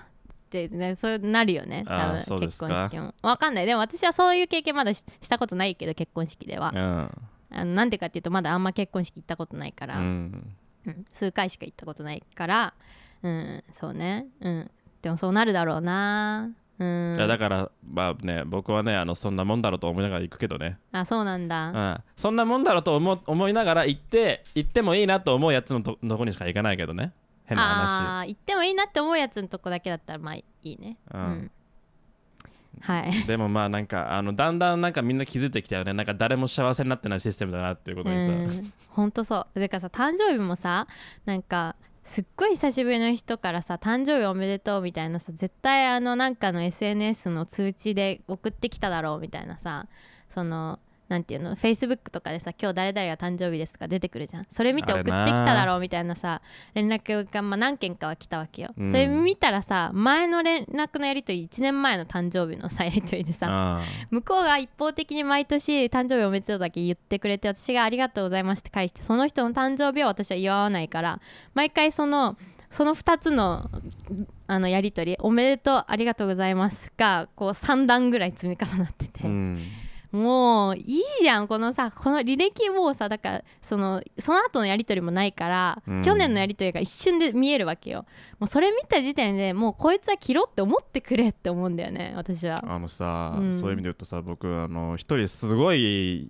ね、そうなるよね多分。結婚式も分かんない。でも私はそういう経験まだしたことないけど、結婚式では、なんでかっていうとまだあんま結婚式行ったことないから、数回しか行ったことないから、そうね、でもそうなるだろうな。いやだからまあね、僕はねそんなもんだろうと思いながら行くけどね。 そうなんだ、 そんなもんだろうと思いながら行ってもいいなと思うやつのとこにしか行かないけどね。変な話。 行ってもいいなって思うやつのとこだけだったらまあいいね。はい。 でもまあなんかだんだんなんかみんな気づいてきたよね。なんか誰も幸せになってないシステムだなっていうことにさ。 ほんとそう。だからさ誕生日もさなんかすっごい久しぶりの人からさ誕生日おめでとうみたいなさ、絶対なんかの SNS の通知で送ってきただろうみたいなさ、そのなんていうの Facebook とかでさ今日誰々が誕生日ですとか出てくるじゃん。それ見て送ってきただろうみたいなさ連絡が、何件かは来たわけよ、それ見たらさ前の連絡のやり取り1年前の誕生日のさやり取りでさ、向こうが一方的に毎年誕生日おめでとうだけ言ってくれて、私がありがとうございますって返して、その人の誕生日を私は祝わないから、毎回その2つのやり取りおめでとうありがとうございますがこう3段ぐらい積み重なってて、もういいじゃんこの履歴もさ、だからその後のやり取りもないから、去年のやり取りが一瞬で見えるわけよ。もうそれ見た時点でもうこいつは切ろうって思ってくれって思うんだよね私は。 そういう意味で言うとさ、僕一人すごい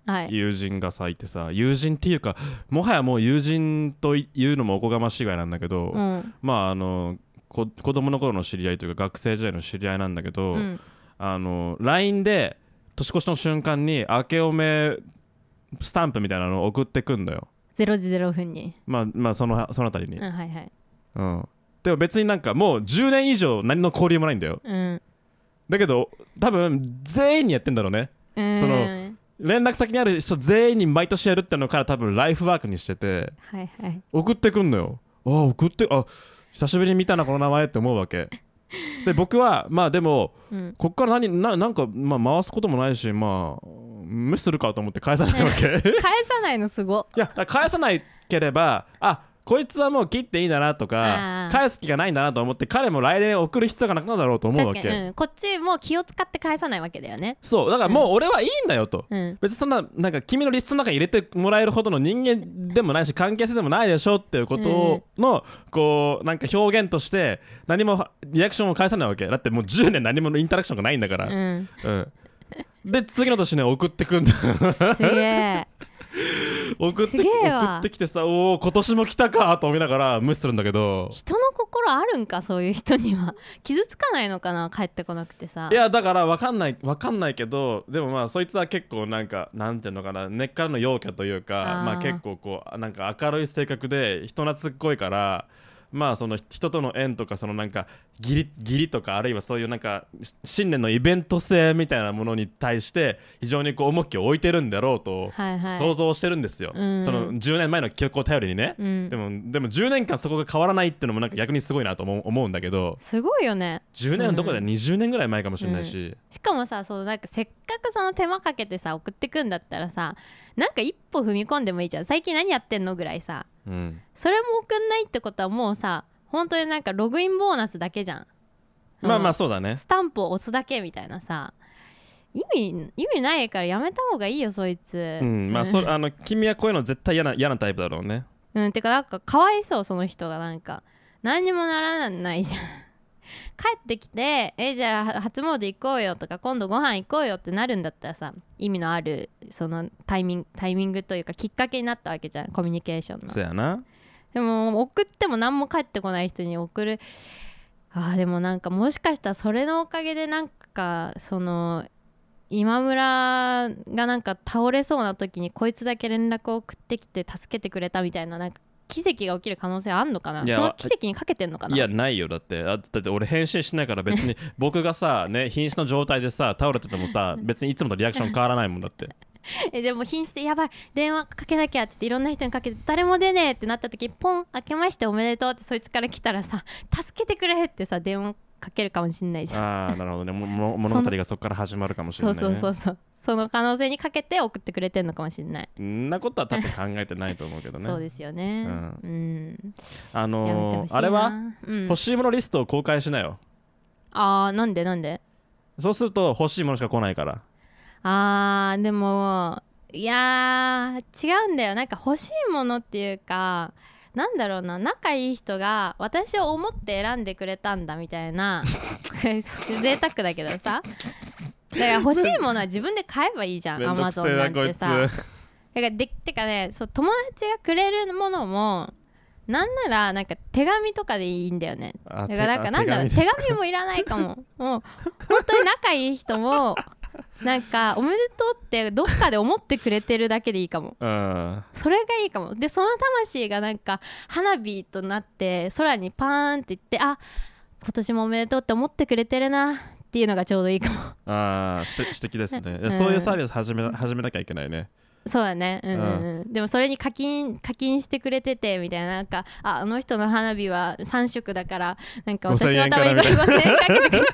友人がさいてさ、友人っていうかもはやもう友人というのもおこがましいぐらいなんだけど、まあ子供の頃の知り合いというか学生時代の知り合いなんだけど、LINE で年越しの瞬間に明けおめスタンプみたいなのを送ってくんだよ。 0時0分に。 まあそのあたりに。 はいはい。 でも別になんかもう10年以上何の交流もないんだよ。だけど多分全員にやってんだろうね。その連絡先にある人全員に毎年やるってのから多分ライフワークにしてて、送ってくんのよ。久しぶりに見たなこの名前って思うわけ。で僕はまあでも、こっからなんか、回すこともないし、無視するかと思って返さないわけ。 返さないのすご。 いや返さないければこいつはもう切っていいんだなとか返す気がないんだなと思って彼も来年送る必要がなくなるだろうと思うわけ。 こっちも気を使って返さないわけだよね。 そうだからもう俺はいいんだよと、別にそんななんか君のリストの中に入れてもらえるほどの人間でもないし関係性でもないでしょっていうことの、こうなんか表現として何もリアクションを返さないわけだって。もう10年何もインタラクションがないんだから、で次の年ね送ってくんだ。 すげえ。 送ってきてさ、今年も来たかと思いながら無視するんだけど、 人の心あるんか、そういう人には。傷つかないのかな、帰ってこなくてさ。 いやだから分かんないけど、でもそいつは結構なんかなんていうのかな、根っからの陽キャというか、結構こうなんか明るい性格で人懐っこいから、その人との縁とかそのなんか義理とか、あるいはそういうなんか新年のイベント性みたいなものに対して非常にこう重きを置いてるんだろうと想像してるんですよ、その10年前の記憶を頼りにね、でも10年間そこが変わらないっていうのもなんか逆にすごいなと思うんだけど。 すごいよね。 10年はどこで20年ぐらい前かもしれないし、 しかもさ、なんかせっかくその手間かけてさ送ってくんだったらさ、なんか一歩踏み込んでもいいじゃん。最近何やってんのぐらいさ、それも送んないってことはもうさ、本当になんかログインボーナスだけじゃん。 そうだね。 スタンプを押すだけみたいなさ、意味ないからやめた方がいいよそいつ。君はこういうの絶対嫌なタイプだろうね。 てかなんかかわいそう、その人がなんか何にもならないじゃん。帰ってきてじゃあ初詣行こうよとか今度ご飯行こうよってなるんだったらさ、意味のあるそのタイミングというかきっかけになったわけじゃん、コミュニケーションの。 そうやな。 でも送っても何も返ってこない人に送る。でもなんかもしかしたらそれのおかげでなんかその今村がなんか倒れそうな時にこいつだけ連絡を送ってきて助けてくれたみたいな、なんか奇跡が起きる可能性あんのかな。その奇跡にかけてんのかな。 いやないよ。だって俺返信しないから別に僕がさね瀕死の状態でさ倒れててもさ別にいつもとリアクション変わらないもんだって。 でも瀕死でやばい電話かけなきゃって言っていろんな人にかけて誰も出ねえってなった時、ポン明けましておめでとうってそいつから来たらさ、助けてくれってさ電話かけるかもしんないじゃん。 なるほどね。物語がそこから始まるかもしれないね。 そうその可能性にかけて送ってくれてんのかもしれない。 そんなことは多分考えてないと思うけどね。 そうですよね。 あれは、欲しいものリストを公開しなよ。 なんでそうすると欲しいものしか来ないから。 でもいや違うんだよ。なんか欲しいものっていうか、なんだろうな、仲いい人が私を思って選んでくれたんだみたいな贅沢だけどさ、だから欲しいものは自分で買えばいいじゃん。アマゾンなんてさ。だからてかね、友達がくれるものもなんならなんか手紙とかでいいんだよね。だからなんだろう、手紙もいらないかも。もう本当に仲いい人もなんかおめでとうってどっかで思ってくれてるだけでいいかも。それがいいかも。でその魂がなんか花火となって空にパーンっていって、今年もおめでとうって思ってくれてるなっていうのがちょうどいいかも。 素敵ですね。そういうサービス始めなきゃいけないね。 そうだね。でもそれに課金してくれててみたいな、なんかあの人の花火は3色だからなんか私のために5000円かけてくれ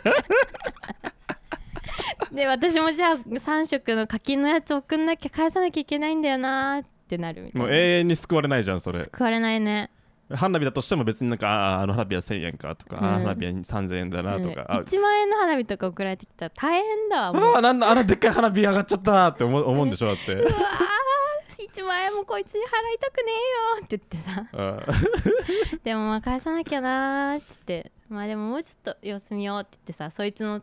で私もじゃあ3色の課金のやつ送んなきゃ返さなきゃいけないんだよなってなるみたいな。 もう永遠に救われないじゃんそれ。 救われないね。 花火だとしても別になんかあの花火は1000円かとか、花火は3000円だなとか、 1万円の花火とか送られてきたら大変だわ。もうなんだあのでっかい花火上がっちゃったって思うんでしょ。だってうわ 1万円もこいつに払いたくねえよって言ってさでも返さなきゃなーって言って、でももうちょっと様子見ようって言ってさ、そいつの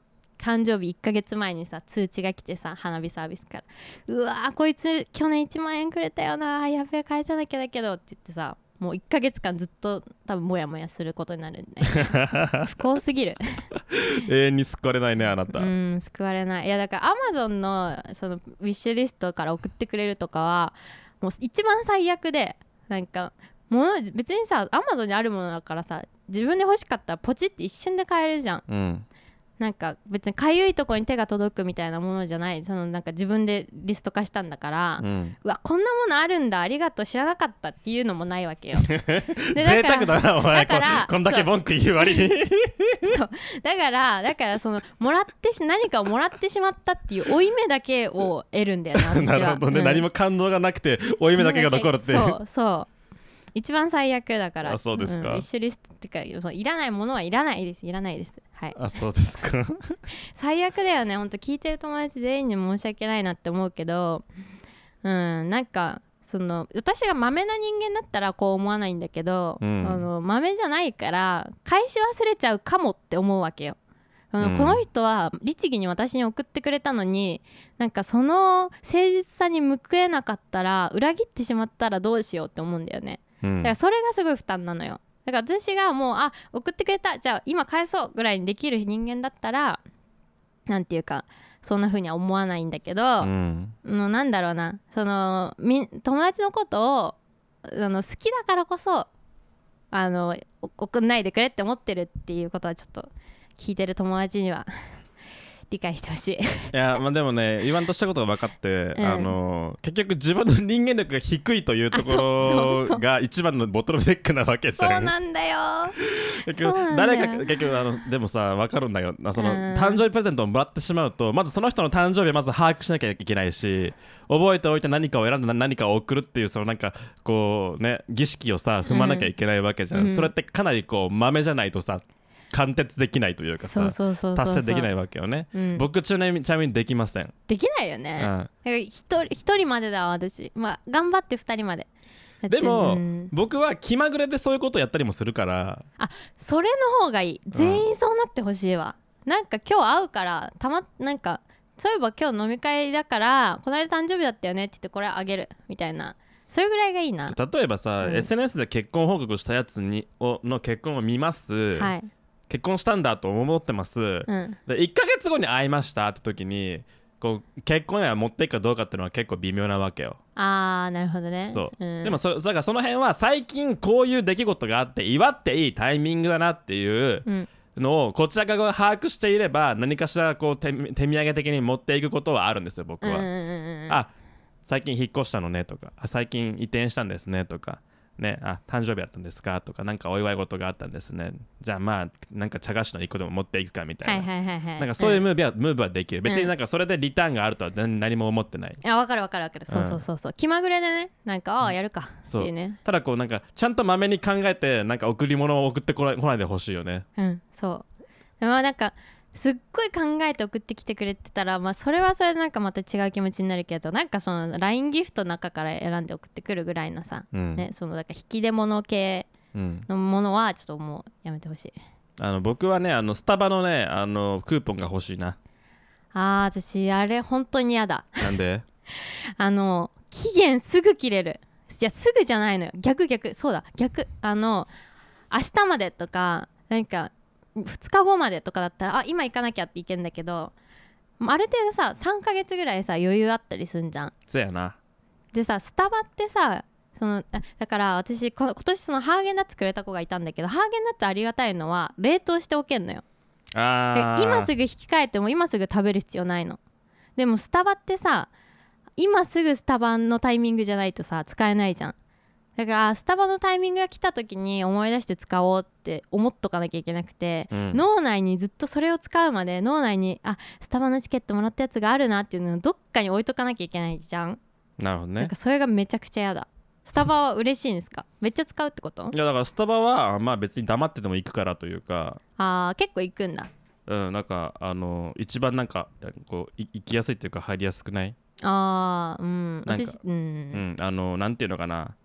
誕生日1ヶ月前にさ通知が来てさ、花火サービスから、うわーこいつ去年1万円くれたよな、やべえ返さなきゃだけどって言ってさ、もう1ヶ月間ずっと多分モヤモヤすることになるんだよね不幸すぎる永遠に救われないねあなた。 救われない。いやだからアマゾンのそのウィッシュリストから送ってくれるとかはもう一番最悪で、なんか別にさアマゾンにあるものだからさ、自分で欲しかったらポチって一瞬で買えるじゃん、なんか別にかゆいとこに手が届くみたいなものじゃない、そのなんか自分でリスト化したんだから、うわこんなものあるんだありがとう知らなかったっていうのもないわけよで贅沢だなお前、こんだけ文句言う割にそうだからその何かをもらってしまったっていう負い目だけを得るんだよね私はなるほどね、何も感動がなくて負い目だけが残るっていう。 そう一番最悪だから。 あ、そうですか。 ウィッシュリストっていうか、いらないものはいらないです。はい。 あ、そうですか最悪だよね。ほんと聞いてる友達全員に申し訳ないなって思うけど、なんかその私がマメな人間だったらこう思わないんだけど、マメじゃないから返し忘れちゃうかもって思うわけよ。この人は律儀に私に送ってくれたのに、なんかその誠実さに報えなかったら、裏切ってしまったらどうしようって思うんだよね。だからそれがすごい負担なのよ。だから私がもう送ってくれた、じゃあ今返そうぐらいにできる人間だったらなんていうかそんな風には思わないんだけど、なんだろうな、その友達のことを好きだからこそ送んないでくれって思ってるっていうことはちょっと聞いてる友達には理解してほしい。いや、まあでもね、言わんとしたことが分かって、結局自分の人間力が低いというところが一番のボトルネックなわけじゃん。 そうなんだよ。 結局誰か結局でもさ分かるんだよ。その誕生日プレゼントをもらってしまうと、まずその人の誕生日をまず把握しなきゃいけないし、覚えておいて何かを選んで何かを送るっていうそのなんかこうね儀式をさ踏まなきゃいけないわけじゃん。それってかなりこう豆じゃないとさ貫徹できないというかさ、達成できないわけよね。僕ちなみにできません。 できないよね。一人までだわ私。まあ頑張って2人まで。 でも、僕は気まぐれでそういうことをやったりもするから。 それの方がいい。全員そうなってほしいわ。なんか今日会うからなんかそういえば今日飲み会だからこの間誕生日だったよねって言ってこれあげるみたいな。それぐらいがいいな。 例えばさ、SNS で結婚報告したやつの結婚を見ます。はい。結婚したんだと思ってます、で1ヶ月後に会いましたって時にこう結婚や持っていくかどうかっていうのは結構微妙なわけよ。 なるほどね。 そう、でもだからその辺は最近こういう出来事があって祝っていいタイミングだなっていうのをこちら側が把握していれば、何かしらこう手土産的に持っていくことはあるんですよ僕は。最近引っ越したのねとか、最近移転したんですねとかね、誕生日だったんですかとか、なんかお祝い事があったんですね、じゃあまあなんか茶菓子の1個でも持っていくかみたいな、なんかそういうムーブはできる、別になんかそれでリターンがあるとは何も思ってない。 わかるそう気まぐれでね、なんかやるかっていうね。 ただこうなんかちゃんとまめに考えてなんか贈り物を送ってこないでほしいよね。 そうまあなんかすっごい考えて送ってきてくれてたら、まあそれはそれでなんかまた違う気持ちになるけど、なんかその LINE ギフトの中から選んで送ってくるぐらいのさ、そのだから引き出物系のものはちょっともうやめてほしい。 僕はねスタバのねクーポンが欲しいな。 私あれ本当に嫌だ。 なんで期限すぐ切れる。いやすぐじゃないのよ、逆そうだ逆明日までとかなんか2日後までとかだったら今行かなきゃっていけんだけど、ある程度さ3ヶ月ぐらいさ余裕あったりすんじゃん。 そうやな。 でさスタバってさだから私今年そのハーゲンダッツくれた子がいたんだけど、ハーゲンダッツありがたいのは冷凍しておけんのよ。今すぐ引き換えても今すぐ食べる必要ないの。でもスタバってさ今すぐスタバのタイミングじゃないとさ使えないじゃん。だからスタバのタイミングが来た時に思い出して使おうって思っとかなきゃいけなくて、脳内にずっとそれを使うまで脳内にスタバのチケットもらったやつがあるなっていうのをどっかに置いとかなきゃいけないじゃん。 なるほどね。 なんかそれがめちゃくちゃ嫌だ。スタバは嬉しいんですか？めっちゃ使うってこと？ いやだからスタバはまあ別に黙ってても行くからというか。 結構行くんだ。 なんか一番なんかこう行きやすいっていうか入りやすくない？なんていうのかな、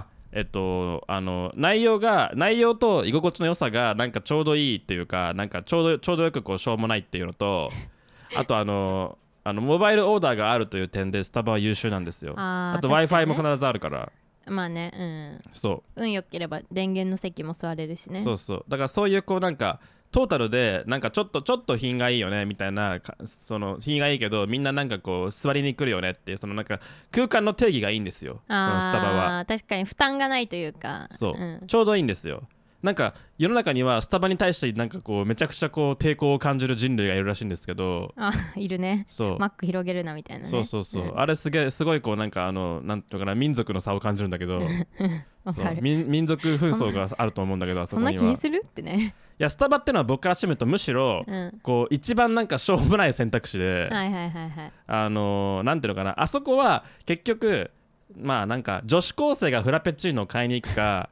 内容と居心地の良さがなんかちょうどいいっていうか、なんかちょうどよくこうしょうもないっていうのとあとモバイルオーダーがあるという点でスタバは優秀なんですよ。あと Wi-Fi も必ずあるから。 まあね、 そう運良ければ電源の席も座れるしね。 そうそう、だからそういうこうなんかトータルでなんかちょっと品がいいよねみたいな、その品がいいけどみんななんかこう座りに来るよねっていう、そのなんか空間の定義がいいんですよ、そのスタバは。 確かに負担がないというか、 そう、ちょうどいいんですよ。なんか世の中にはスタバに対してなんかこうめちゃくちゃこう抵抗を感じる人類がいるらしいんですけど、 いるね。そうマック広げるなみたいなね。 そう、あれすごいこうなんかなんていうのかな、民族の差を感じるんだけどそう民族紛争があると思うんだけどそんな気にするってね。 いやスタバってのは僕からしてみるとむしろ、こう一番なんかしょうもない選択肢で、なんていうのかな、あそこは結局まあなんか女子高生がフラペチーノを買いに行くか、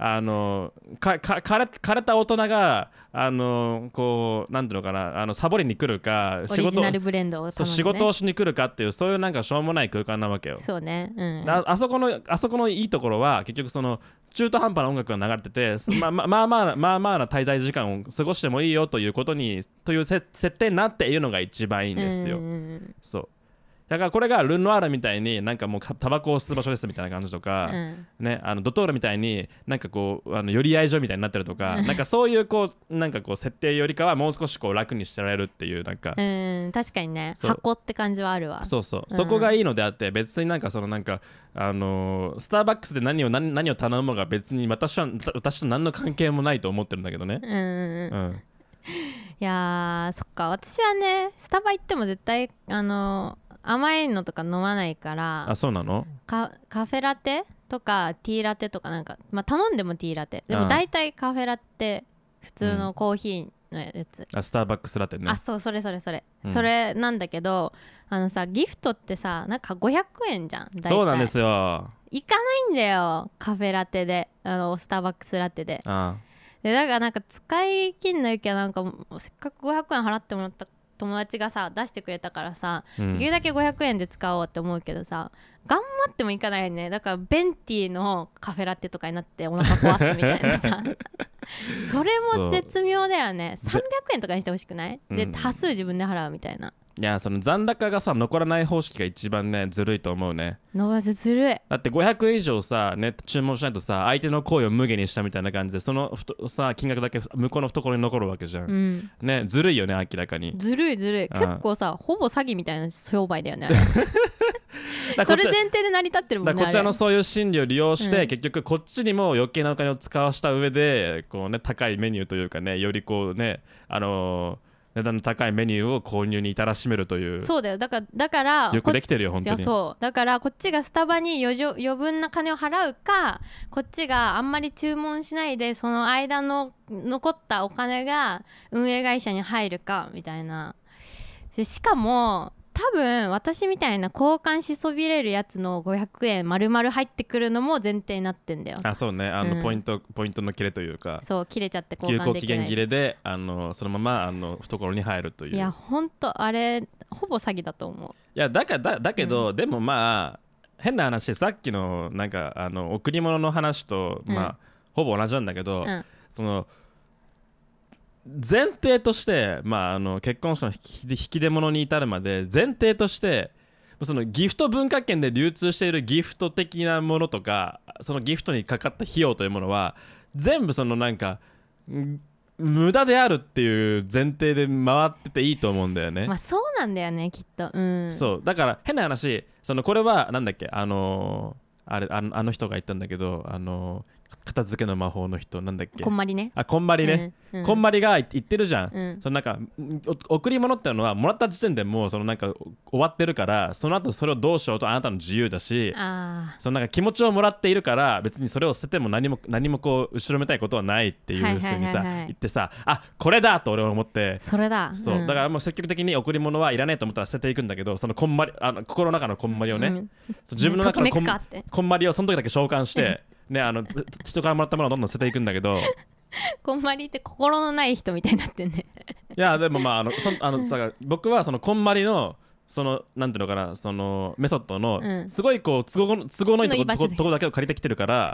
枯れた大人がこうなんていうのかな、サボりに来るか、 オリジナルブレンドを頼んでね、 仕事をしに来るかっていう、そういうなんかしょうもない空間なわけよ。 そうね、 あそこのいいところは結局その中途半端な音楽が流れててまあまあな滞在時間を過ごしてもいいよという設定になっているのが一番いいんですよ。そうだからこれがルノアールみたいになんかもうタバコを吸う場所ですみたいな感じとか、ね、ドトールみたいになんかこう寄り合い所みたいになってるとか、なんかそういうこうなんかこう設定よりかはもう少しこう楽にしてられるっていう、なんか確かにね、箱って感じはあるわ。 そう、そこがいいのであって、別になんかそのなんかスターバックスで何を頼むのが別に私と何の関係もないと思ってるんだけどね。 いやそっか、私はねスタバ行っても絶対甘いのとか飲まないから。 あ、そうなの？ カフェラテとかティーラテとかなんか、まあ、頼んでもティーラテでも大体カフェラテ普通のコーヒーのやつ、 スターバックスラテね。 そうそれ、それなんだけど、さギフトってさなんか500円じゃん大体。 そうなんですよ。 行かないんだよカフェラテでスターバックスラテで。でだからなんか使い切んなきゃ、なんかせっかく500円払ってもらった友達がさ出してくれたからさ、できるだけ500円で使おうって思うけどさ、頑張ってもいかないね。だからベンティーのカフェラテとかになってお腹壊すみたいなさそれも絶妙だよね。300円とかにしてほしくない？で端数自分で払うみたいな。 いや、その残高がさ残らない方式が一番ねずるいと思うね。 ずるい。 だって500円以上さネット注文しないとさ、相手の行為を無限にしたみたいな感じで、そのさ金額だけ向こうの懐に残るわけじゃん、ね、ずるいよね、明らかにずるい。結構さほぼ詐欺みたいな商売だよねそれ前提で成り立ってるもんね。 こちらのそういう心理を利用して、結局こっちにも余計なお金を使わした上でこう、ね、高いメニューというかね、よりこうね値段の高いメニューを購入に至らしめるという。 そうだよ。だからよくできてるよ本当に。 そうだからこっちがスタバに余分な金を払うか、こっちがあんまり注文しないでその間の残ったお金が運営会社に入るかみたいな。でしかも多分私みたいな交換しそびれるやつの500円丸々入ってくるのも前提になってんだよ。 そうね、ポイントの切れというか、 そう切れちゃって交換できない、 有効期限切れでそのまま懐に入るという。 いやほんとあれほぼ詐欺だと思う。 いやだけど、でもまあ変な話、さっきのなんか贈り物の話と、まあほぼ同じなんだけど、その前提として、まあ、結婚式の引き出物に至るまで前提として、そのギフト文化圏で流通しているギフト的なものとか、そのギフトにかかった費用というものは全部そのなんか無駄であるっていう前提で回ってていいと思うんだよね。 まあそうなんだよねきっと、 そうだから変な話、これはなんだっけ、あの人が言ったんだけど、片付けの魔法の人なんだっけ、 こんまりね。 こんまりね、こんまりが言ってるじゃん、そのなんか贈り物ってのはもらった時点でもうそのなんか終わってるから、その後それをどうしようとあなたの自由だし、そのなんか気持ちをもらっているから別にそれを捨てても何もこう後ろめたいことはないっていう風にさ言ってさ、これだと俺は思って、 それだ、 そうだからもう積極的に贈り物はいらねえと思ったら捨てていくんだけど、そのこんまり心の中のこんまりをね、自分の中のこんまりをその時だけ召喚してね、人からもらったものをどんどん捨てていくんだけどこんまりって心のない人みたいになってんねいやでもまあさ僕はそのこんまりのそのなんていうのかな、そのメソッドのすごいこう都合のいいとこだけを借りてきてるから、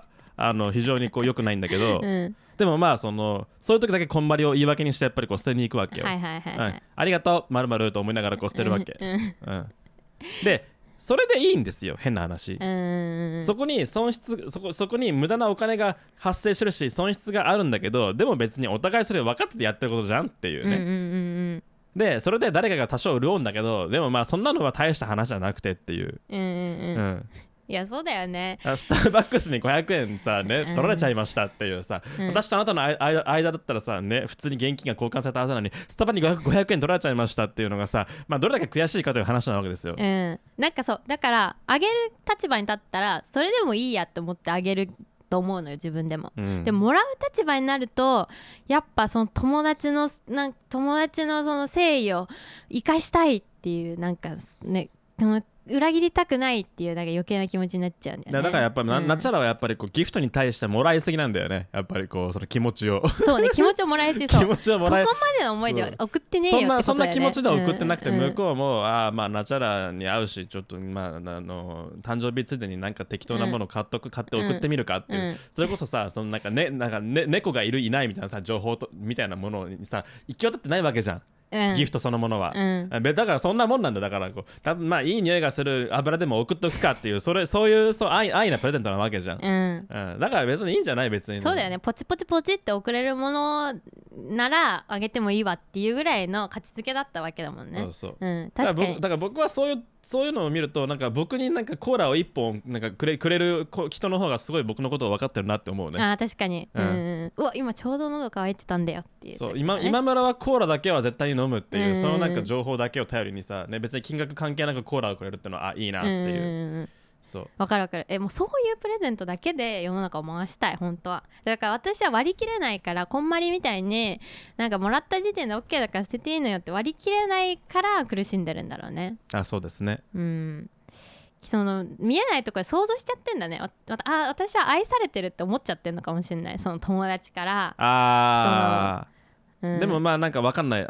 非常にこう良くないんだけど、 うん、 でもまあそういう時だけこんまりを言い訳にしてやっぱりこう捨てに行くわけよ。ありがとうまるまると思いながらこう捨てるわけ、でそれでいいんですよ、変な話。そこにそこに無駄なお金が発生してるし損失があるんだけど、でも別にお互いそれ分かっててやってることじゃんっていうね、でそれで誰かが多少潤うんだけど、でもまあそんなのは大した話じゃなくてっていう、 いやそうだよね。 スターバックスに500円さね取られちゃいましたっていうさ、私とあなたの間だったらさね、普通に現金が交換されたはずなのにスタバに500円取られちゃいましたっていうのがさ、まあどれだけ悔しいかという話なわけですよ。 なんかそうだから、あげる立場に立ったらそれでもいいやって思ってあげると思うのよ、自分でも。でももらう立場になるとやっぱその友達のその誠意を生かしたいっていう、なんかね、裏切りたくないっていうなんか余計な気持ちになっちゃうんだよね。 だからやっぱりナチャラはやっぱりこうギフトに対してもらいすぎなんだよね、やっぱりこうその気持ちを。 そうね、気持ちをもらいすぎ。そう気持ちをもらえ、 そこまでの思いで送ってねえよってことだよね。 そんな気持ちでは送ってなくて、向こうもまあナチャラに会うしちょっとまあ誕生日ついでになんか適当なもの買って送ってみるかっていう、それこそさ、そのなんか猫がいるいないみたいなさ情報みたいなものにさ行き渡ってないわけじゃん。ギフトそのものは、だからそんなもんなんだ。だからこう多分まあいい匂いがする油でも送っとくかっていう、そういう愛なプレゼントなわけじゃん、だから別にいいんじゃない、別に。そうだよね、ポチポチポチって送れるものならあげてもいいわっていうぐらいの価値付けだったわけだもんね。 確かに。だから僕はそういうのを見ると、なんか僕になんかコーラを1本なんかくれる人の方がすごい僕のことを分かってるなって思うね。 確かに、うわ今ちょうど喉乾いてたんだよっていう、ね、 そう今村はコーラだけは絶対に飲むっていう、そのなんか情報だけを頼りにさ、ね、別に金額関係なくコーラをくれるっていうのはいいなっていう、 わかるわかる。もうそういうプレゼントだけで世の中を回したい、本当は。だから私は割り切れないから、こんまりみたいになんかもらった時点で OK だから捨てていいのよって割り切れないから苦しんでるんだろうね。 そうですね。 その見えないところで想像しちゃってんだね。私は愛されてるって思っちゃってんのかもしれない、その友達から。 でもまあなんか分かんない、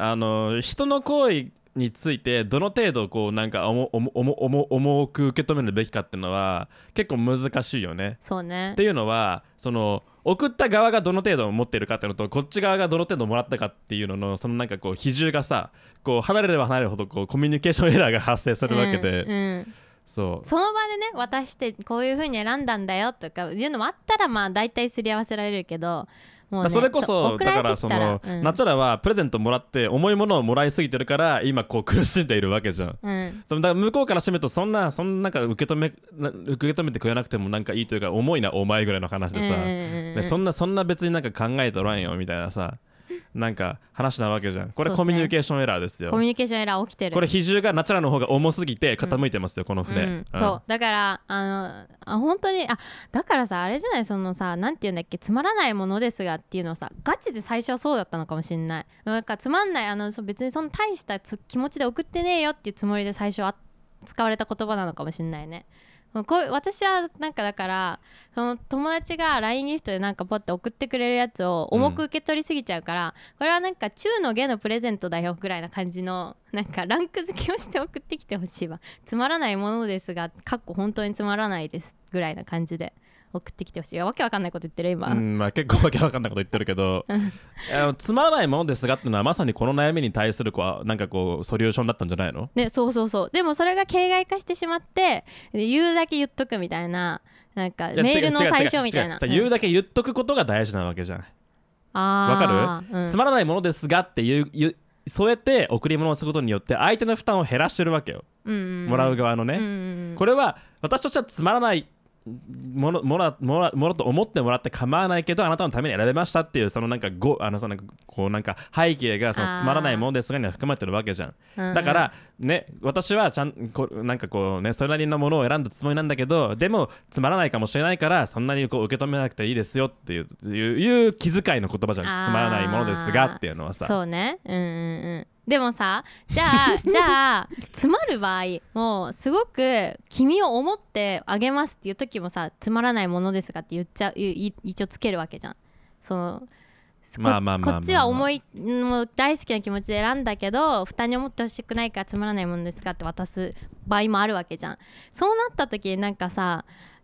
人の行為についてどの程度こうなんか重く受け止めるべきかっていうのは結構難しいよね。 そうね。 っていうのはその送った側がどの程度持っているかっていうのと、こっち側がどの程度もらったかっていうののそのなんかこう比重がさ、こう離れれば離れるほどこうコミュニケーションエラーが発生するわけで、その場でね渡してこういう風に選んだんだよとかいうのもあったらまあ大体すり合わせられるけど、もうね、 それこそだからその、ナチャラはプレゼントもらって重いものをもらいすぎてるから今こう苦しんでいるわけじゃん、だから向こうからしてみるとそんななんか受け止めてくれなくてもなんかいいというか、重いなお前ぐらいの話でさ、そんな別になんか考えとらんよみたいなさなんか話なわけじゃん。これコミュニケーションエラーですよ。 コミュニケーションエラー起きてる。 これ比重がナチャラの方が重すぎて傾いてますよ、この船。 そうだから本当にだからさ、あれじゃない、そのさ、なんていうんだっけ、つまらないものですがっていうのはさ、ガチで最初はそうだったのかもしれない。なんかつまんない別にその大した気持ちで送ってねえよっていうつもりで最初は使われた言葉なのかもしれないね。私はなんかだからその友達が LINE ギフトでなんかポッて送ってくれるやつを重く受け取りすぎちゃうから、これはなんか中の下のプレゼントだよぐらいな感じのなんかランク付けをして送ってきてほしいわ。つまらないものですが本当につまらないですぐらいな感じで送ってきてほしい。わけわかんないこと言ってる今。 まあ、結構わけわかんないこと言ってるけどつまらないものですがっていうのはまさにこの悩みに対するなんかこうソリューションだったんじゃないのね。そうでもそれが形骸化してしまって言うだけ言っとくみたいな、なんかメールの最初みたいな、 言うだけ言っとくことが大事なわけじゃない。わかる、つまらないものですがってそうやって贈り物をすることによって相手の負担を減らしてるわけよ、もらう側のね、これは私としてはつまらないものと思ってもらって構わないけどあなたのために選べましたっていうそのなんかこうなんか背景がそのつまらないものですがには含まれてるわけじゃん、だからね、私はなんかこうねそれなりのものを選んだつもりなんだけど、でもつまらないかもしれないからそんなにこう受け止めなくていいですよっていう気遣いの言葉じゃん。つまらないものですがっていうのはさ、 そうね。でもさ、じゃあ詰まる場合もうすごく君を思ってあげますっていう時もさ、つまらないものですがって一応つけるわけじゃん。こっちはもう大好きな気持ちで選んだけど負担に思ってほしくないからつまらないものですかって渡す場合もあるわけじゃん。そうなった時なんかさ、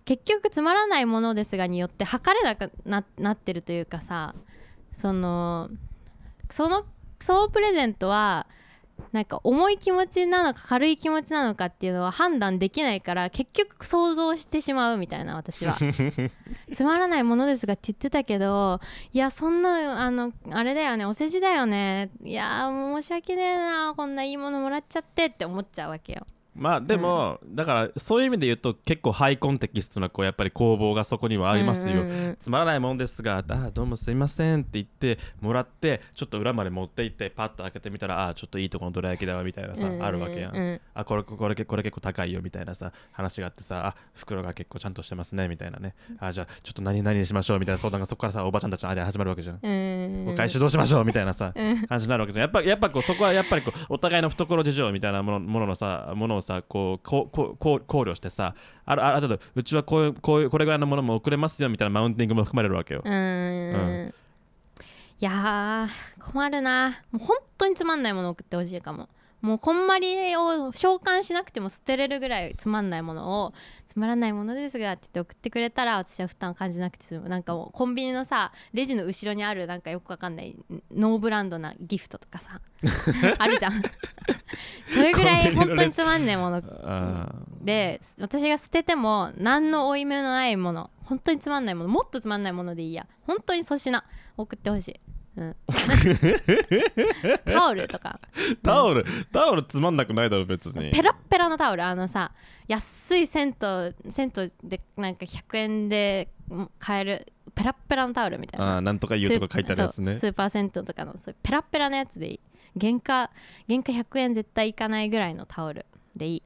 結局つまらないものですがによって測れなく なってるというかさ、そのプレゼントはなんか重い気持ちなのか軽い気持ちなのかっていうのは判断できないから、結局想像してしまうみたいな。私はつまらないものですがって言ってたけど、いやそんなあれだよね、お世辞だよね、いや申し訳ねえな、こんないいものもらっちゃってって思っちゃうわけよ。 まあでも、だからそういう意味で言うと結構ハイコンテキストなやっぱり攻防がそこにはありますよ、つまらないものですが、どうもすいませんって言ってもらって、ちょっと裏まで持って行ってパッと開けてみたら、ちょっといいとこのどら焼きだわみたいなさ、あるわけやん。これ結構高いよみたいなさ話があってさ、袋が結構ちゃんとしてますねみたいなね、じゃあちょっと何にしましょうみたいな相談がそこからさ、おばちゃんたちの間で始まるわけじゃん。お返しどうしましょうみたいなさ感じになるわけじゃん。やっぱそこはやっぱりお互いの懐事情みたいなものをさ考慮してさ、あとうちはこれぐらいのものも送れますよみたいなマウンティングも含まれるわけよ。 いや困るな。もう本当につまんないものを送ってほしいかも。もうこんまりを召喚しなくても捨てれるぐらいつまんないものを、つまらないものですがって言って送ってくれたら、私は負担感じなくて済む。なんかもうコンビニのさレジの後ろにあるなんかよくわかんないノーブランドなギフトとかさあるじゃんそれぐらい本当につまんないもので、私が捨てても何の負い目のないもの、本当につまんないもの、もっとつまんないものでいいや、本当に粗品送ってほしい。タオルとかタオルつまんなくないだろ別に。 ペラッペラのタオル、さ安い銭湯でなんか100円で買えるペラッペラのタオルみたいな、 なんとか言うとか書いてあるやつね。 スーパー銭湯とかのそういうペラッペラのやつでいい。原価100円絶対いかないぐらいのタオルでいい。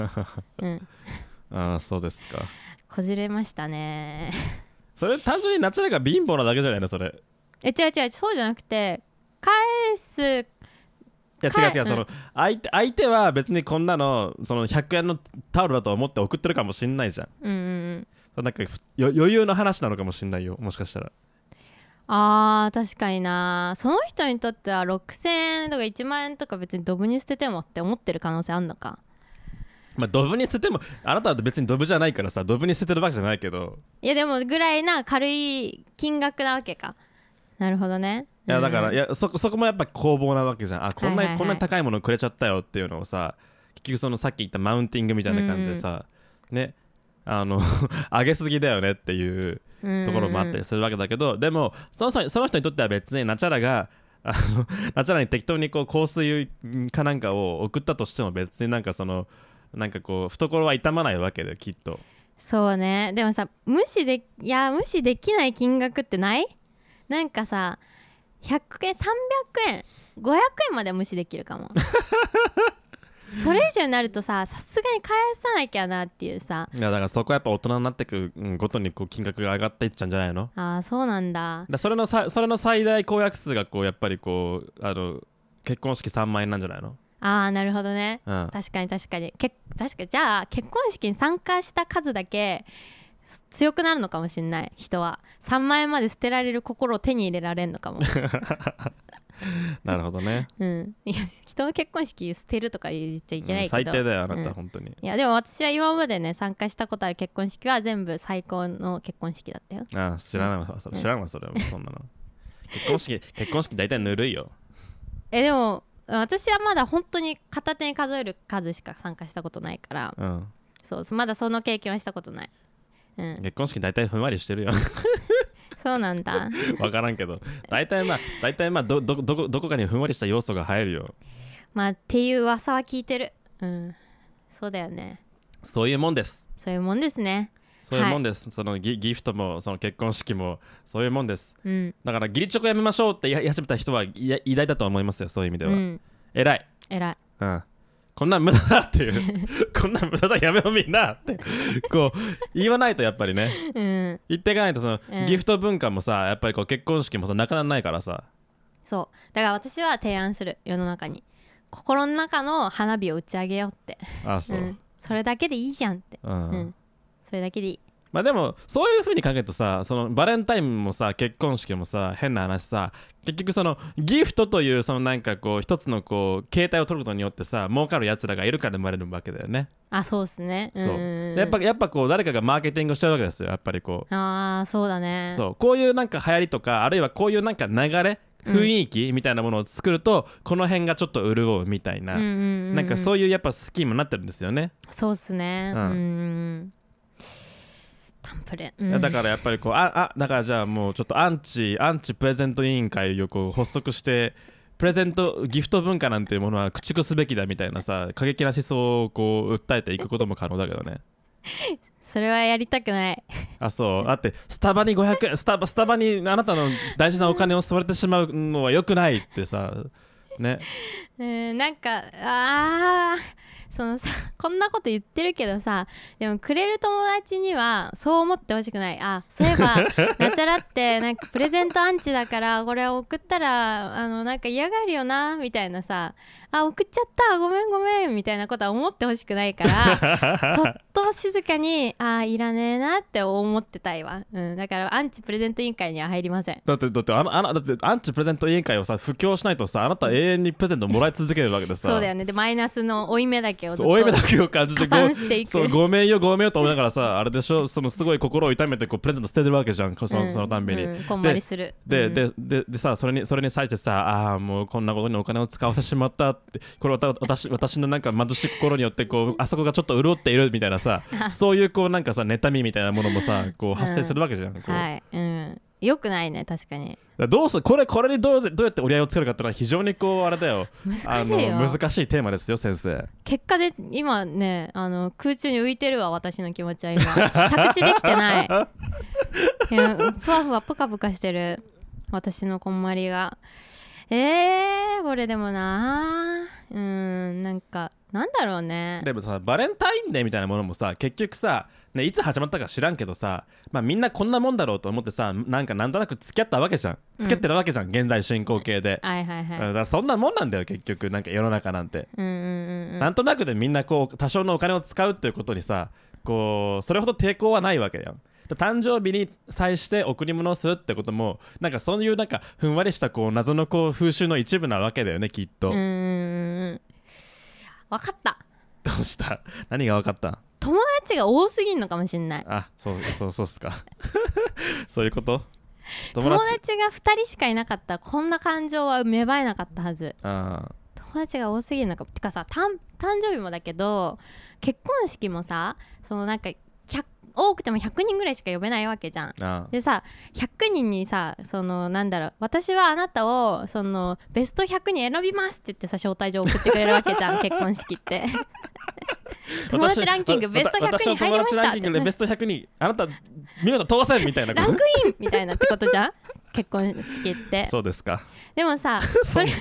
そうですか。 こじれましたねそれ単純にナチュラルが貧乏なだけじゃないのそれ。 違うそうじゃなくて、返す、いや違う、その相手は別にこんなのその100円のタオルだと思って送ってるかもしんないじゃん。なんか余裕の話なのかもしんないよ、もしかしたら。 確かにな。その人にとっては6000円とか1万円とか別にドブに捨ててもって思ってる可能性あんのか。 ドブに捨てても、あなたは別にドブじゃないからさ、ドブに捨ててるわけじゃないけど、 いやでもぐらいな軽い金額なわけか。なるほどね。 いやだから、そこもやっぱ攻防なわけじゃん。こんなに高いものくれちゃったよっていうのをさ、結局そのさっき言ったマウンティングみたいな感じでさ、ね、上げすぎだよねっていうところもあったりするわけだけど、でもその人にとっては別にナチャラがナチャラに適当に香水かなんかを送ったとしても、別になんか懐は痛まないわけだよきっと。 そうね。でもさ、無視できない金額ってない？なんかさ、100円300円500円までは無視できるかもそれ以上になるとさすがに返さなきゃなっていうさ。 いやだからそこはやっぱ大人になっていくごとに金額が上がっていっちゃうんじゃないの。 そうなんだ。 それの最大公約数がやっぱり結婚式3万円なんじゃないの。 なるほどね、確かにじゃあ結婚式に参加した数だけ強くなるのかもしれない。人は3万円まで捨てられる心を手に入れられるのかもなるほどね。 いや人の結婚式捨てるとか言っちゃいけないけど、 最低だよあなた、本当に。 いやでも私は今までね参加したことある結婚式は全部最高の結婚式だったよ。 知らんわそれはそんなの結婚式大体ぬるいよ。 でも私はまだ本当に片手に数える数しか参加したことないから、そうまだその経験はしたことない。 結婚式大体ふんわりしてるよそうなんだ分からんけど、大体どこかにふんわりした要素が入るよ。 っていう噂は聞いてる。そうだよね。 そういうもんです。 そういうもんですね。 そういうもんです、そのギフトもその結婚式もそういうもんです、だから義理チョコやめましょうって言い始めた人は偉大だと思いますよ。そういう意味では、偉い、こんなん無駄だっていうこんなん無駄だやめようみんなって言わないとやっぱりね、言っていかないとその、ギフト文化もさやっぱり結婚式もさなくならないからさ。 そうだから私は提案する。世の中に心の中の花火を打ち上げようって。それだけでいいじゃんって。それだけでいい。 まあでもそういう風に考えるとさ、そのバレンタインもさ結婚式もさ変な話さ、結局そのギフトというそのなんかこう一つのこう形態を取ることによってさ儲かるやつらがいるから生まれるわけだよね。 あ、そうですね。 そうやっぱこう誰かがマーケティングしちゃうわけですよ、やっぱりこう。 ああ、そうだね。 そうこういうなんか流行りとか、あるいはこういうなんか流れ雰囲気みたいなものを作ると、この辺がちょっと潤うみたいな、なんかそういうやっぱスキームになってるんですよね。 そうっすね。タンプレ、 だからやっぱりこうだからじゃあもうちょっとアンチプレゼント委員会をこう発足して、プレゼントギフト文化なんていうものは駆逐すべきだみたいなさ、過激な思想をこう訴えていくことも可能だけどね。 それはやりたくない。 あ、そうだってスタバに500円スタバにあなたの大事なお金を吸われてしまうのは良くないってさね。 なんかそのさ、こんなこと言ってるけどさ、でもくれる友達にはそう思ってほしくない。そういえばナチャラってなんかプレゼントアンチだからこれ送ったらなんか嫌がるよなみたいなさ、送っちゃったごめんみたいなことは思ってほしくないからそっと静かにいらねえなって思ってたいわ。だからアンチプレゼント委員会には入りません。 だってアンチプレゼント委員会をさ布教しないとさ、あなた永遠にプレゼントもらい続けるわけでさ。 そうだよね。でマイナスの負い目だけをずっと負い目だけを感じて加算していく。 そうごめんよと思いながらさ、あれでしょ、そのすごい心を痛めてこうプレゼント捨ててるわけじゃん、そのたんびに、 こんまりする。 でさ、それに際してさ、もうこんなことにお金を使わせてしまったって、これ私のなんか貧しい心によってこうあそこがちょっと潤っているみたいなさそういうこうなんかさ妬みみたいなものもさこう発生するわけじゃん。 はい、よくないね、確かに。 どうするこれにどうやって折り合いをつけるかってのは非常にこうあれだよ、 難しいテーマですよ先生。 結果で今ね空中に浮いてるわ、私の気持ちは今着地できてない。いやふわふわぷかぷかしてる私のこんまりが。これでもなんかなんだろうね。 でもさ、バレンタインデーみたいなものもさ結局さ、ね、いつ始まったか知らんけどさ、みんなこんなもんだろうと思ってさ、なんとなく付き合ったわけじゃん、付き合ってるわけじゃん、現在進行形で。 はいはいはい。 だからそんなもんなんだよ結局、なんか世の中なんて、なんとなくでみんなこう多少のお金を使うっていうことにさ、こうそれほど抵抗はないわけよ。誕生日に際して贈り物をするってこともなんかそういうなんかふんわりしたこう謎のこう風習の一部なわけだよね、きっと。 分かった。 どうした何が分かった？ 友達が多すぎんのかもしんない。 そうっすかそういうこと。 友達が2人しかいなかったらこんな感情は芽生えなかったはず。友達が多すぎるのか。てかさ、誕生日もだけど結婚式もさ、そのなんか多くても100人ぐらいしか呼べないわけじゃん。でさ、100人にさ、そのなんだろう、私はあなたをそのベスト100に選びますって言ってさ、招待状送ってくれるわけじゃん結婚式って友達ランキングベスト100に入りましたって、 私の友達ランキングでベスト100にあなた見事当選みたいなランクインみたいなってことじゃん結婚式って。 そうですか。 でもさそれが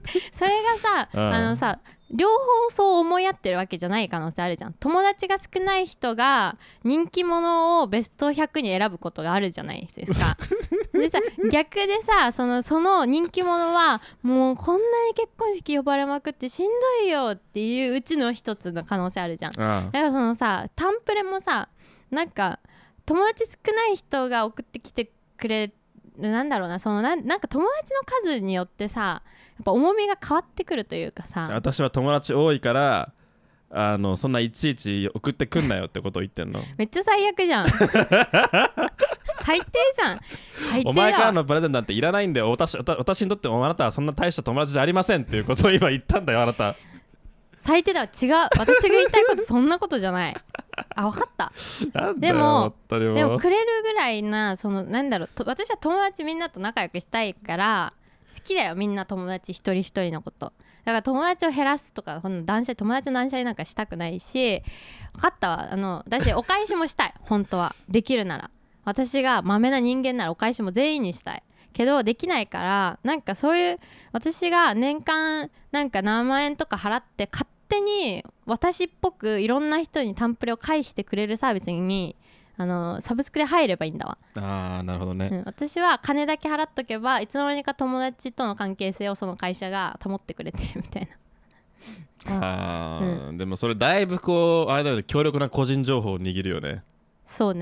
さ両方そう思い合ってるわけじゃない可能性あるじゃん。友達が少ない人が人気者をベスト100に選ぶことがあるじゃないですかでさ、逆でさ、その人気者はもうこんなに結婚式呼ばれまくってしんどいよっていううちの一つの可能性あるじゃん。だからそのさ、タンプレもさ、なんか友達少ない人が送ってきてくれる、なんだろうな、なんか友達の数によってさ、やっぱ重みが変わってくるというかさ。 私は友達多いからそんないちいち送ってくんなよってことを言ってんのめっちゃ最悪じゃん最低じゃん。最低だ。 お前からのプレゼントなんていらないんだよ、私にとってもあなたはそんな大した友達じゃありませんっていうことを今言ったんだよ、あなた。 最低だわ。違う、私が言いたいことそんなことじゃない分かった。でもくれるぐらいな、なんだろう、私は友達みんなと仲良くしたいから好きだよ、みんな友達一人一人のこと。だから友達を減らすとか友達の断捨離なんかしたくないし、分かったわ。私お返しもしたい本当は。できるなら、私がマメな人間ならお返しも全員にしたいけどできないから、なんかそういう私が年間なんか何万円とか払って勝手に私っぽくいろんな人にタンプレを返してくれるサービスにサブスクで入ればいいんだわ。 なるほどね、 私は金だけ払っとけばいつの間にか友達との関係性をその会社が保ってくれてるみたいな。でもそれだいぶこうあれだよね、強力な個人情報を握るよね。 そうね。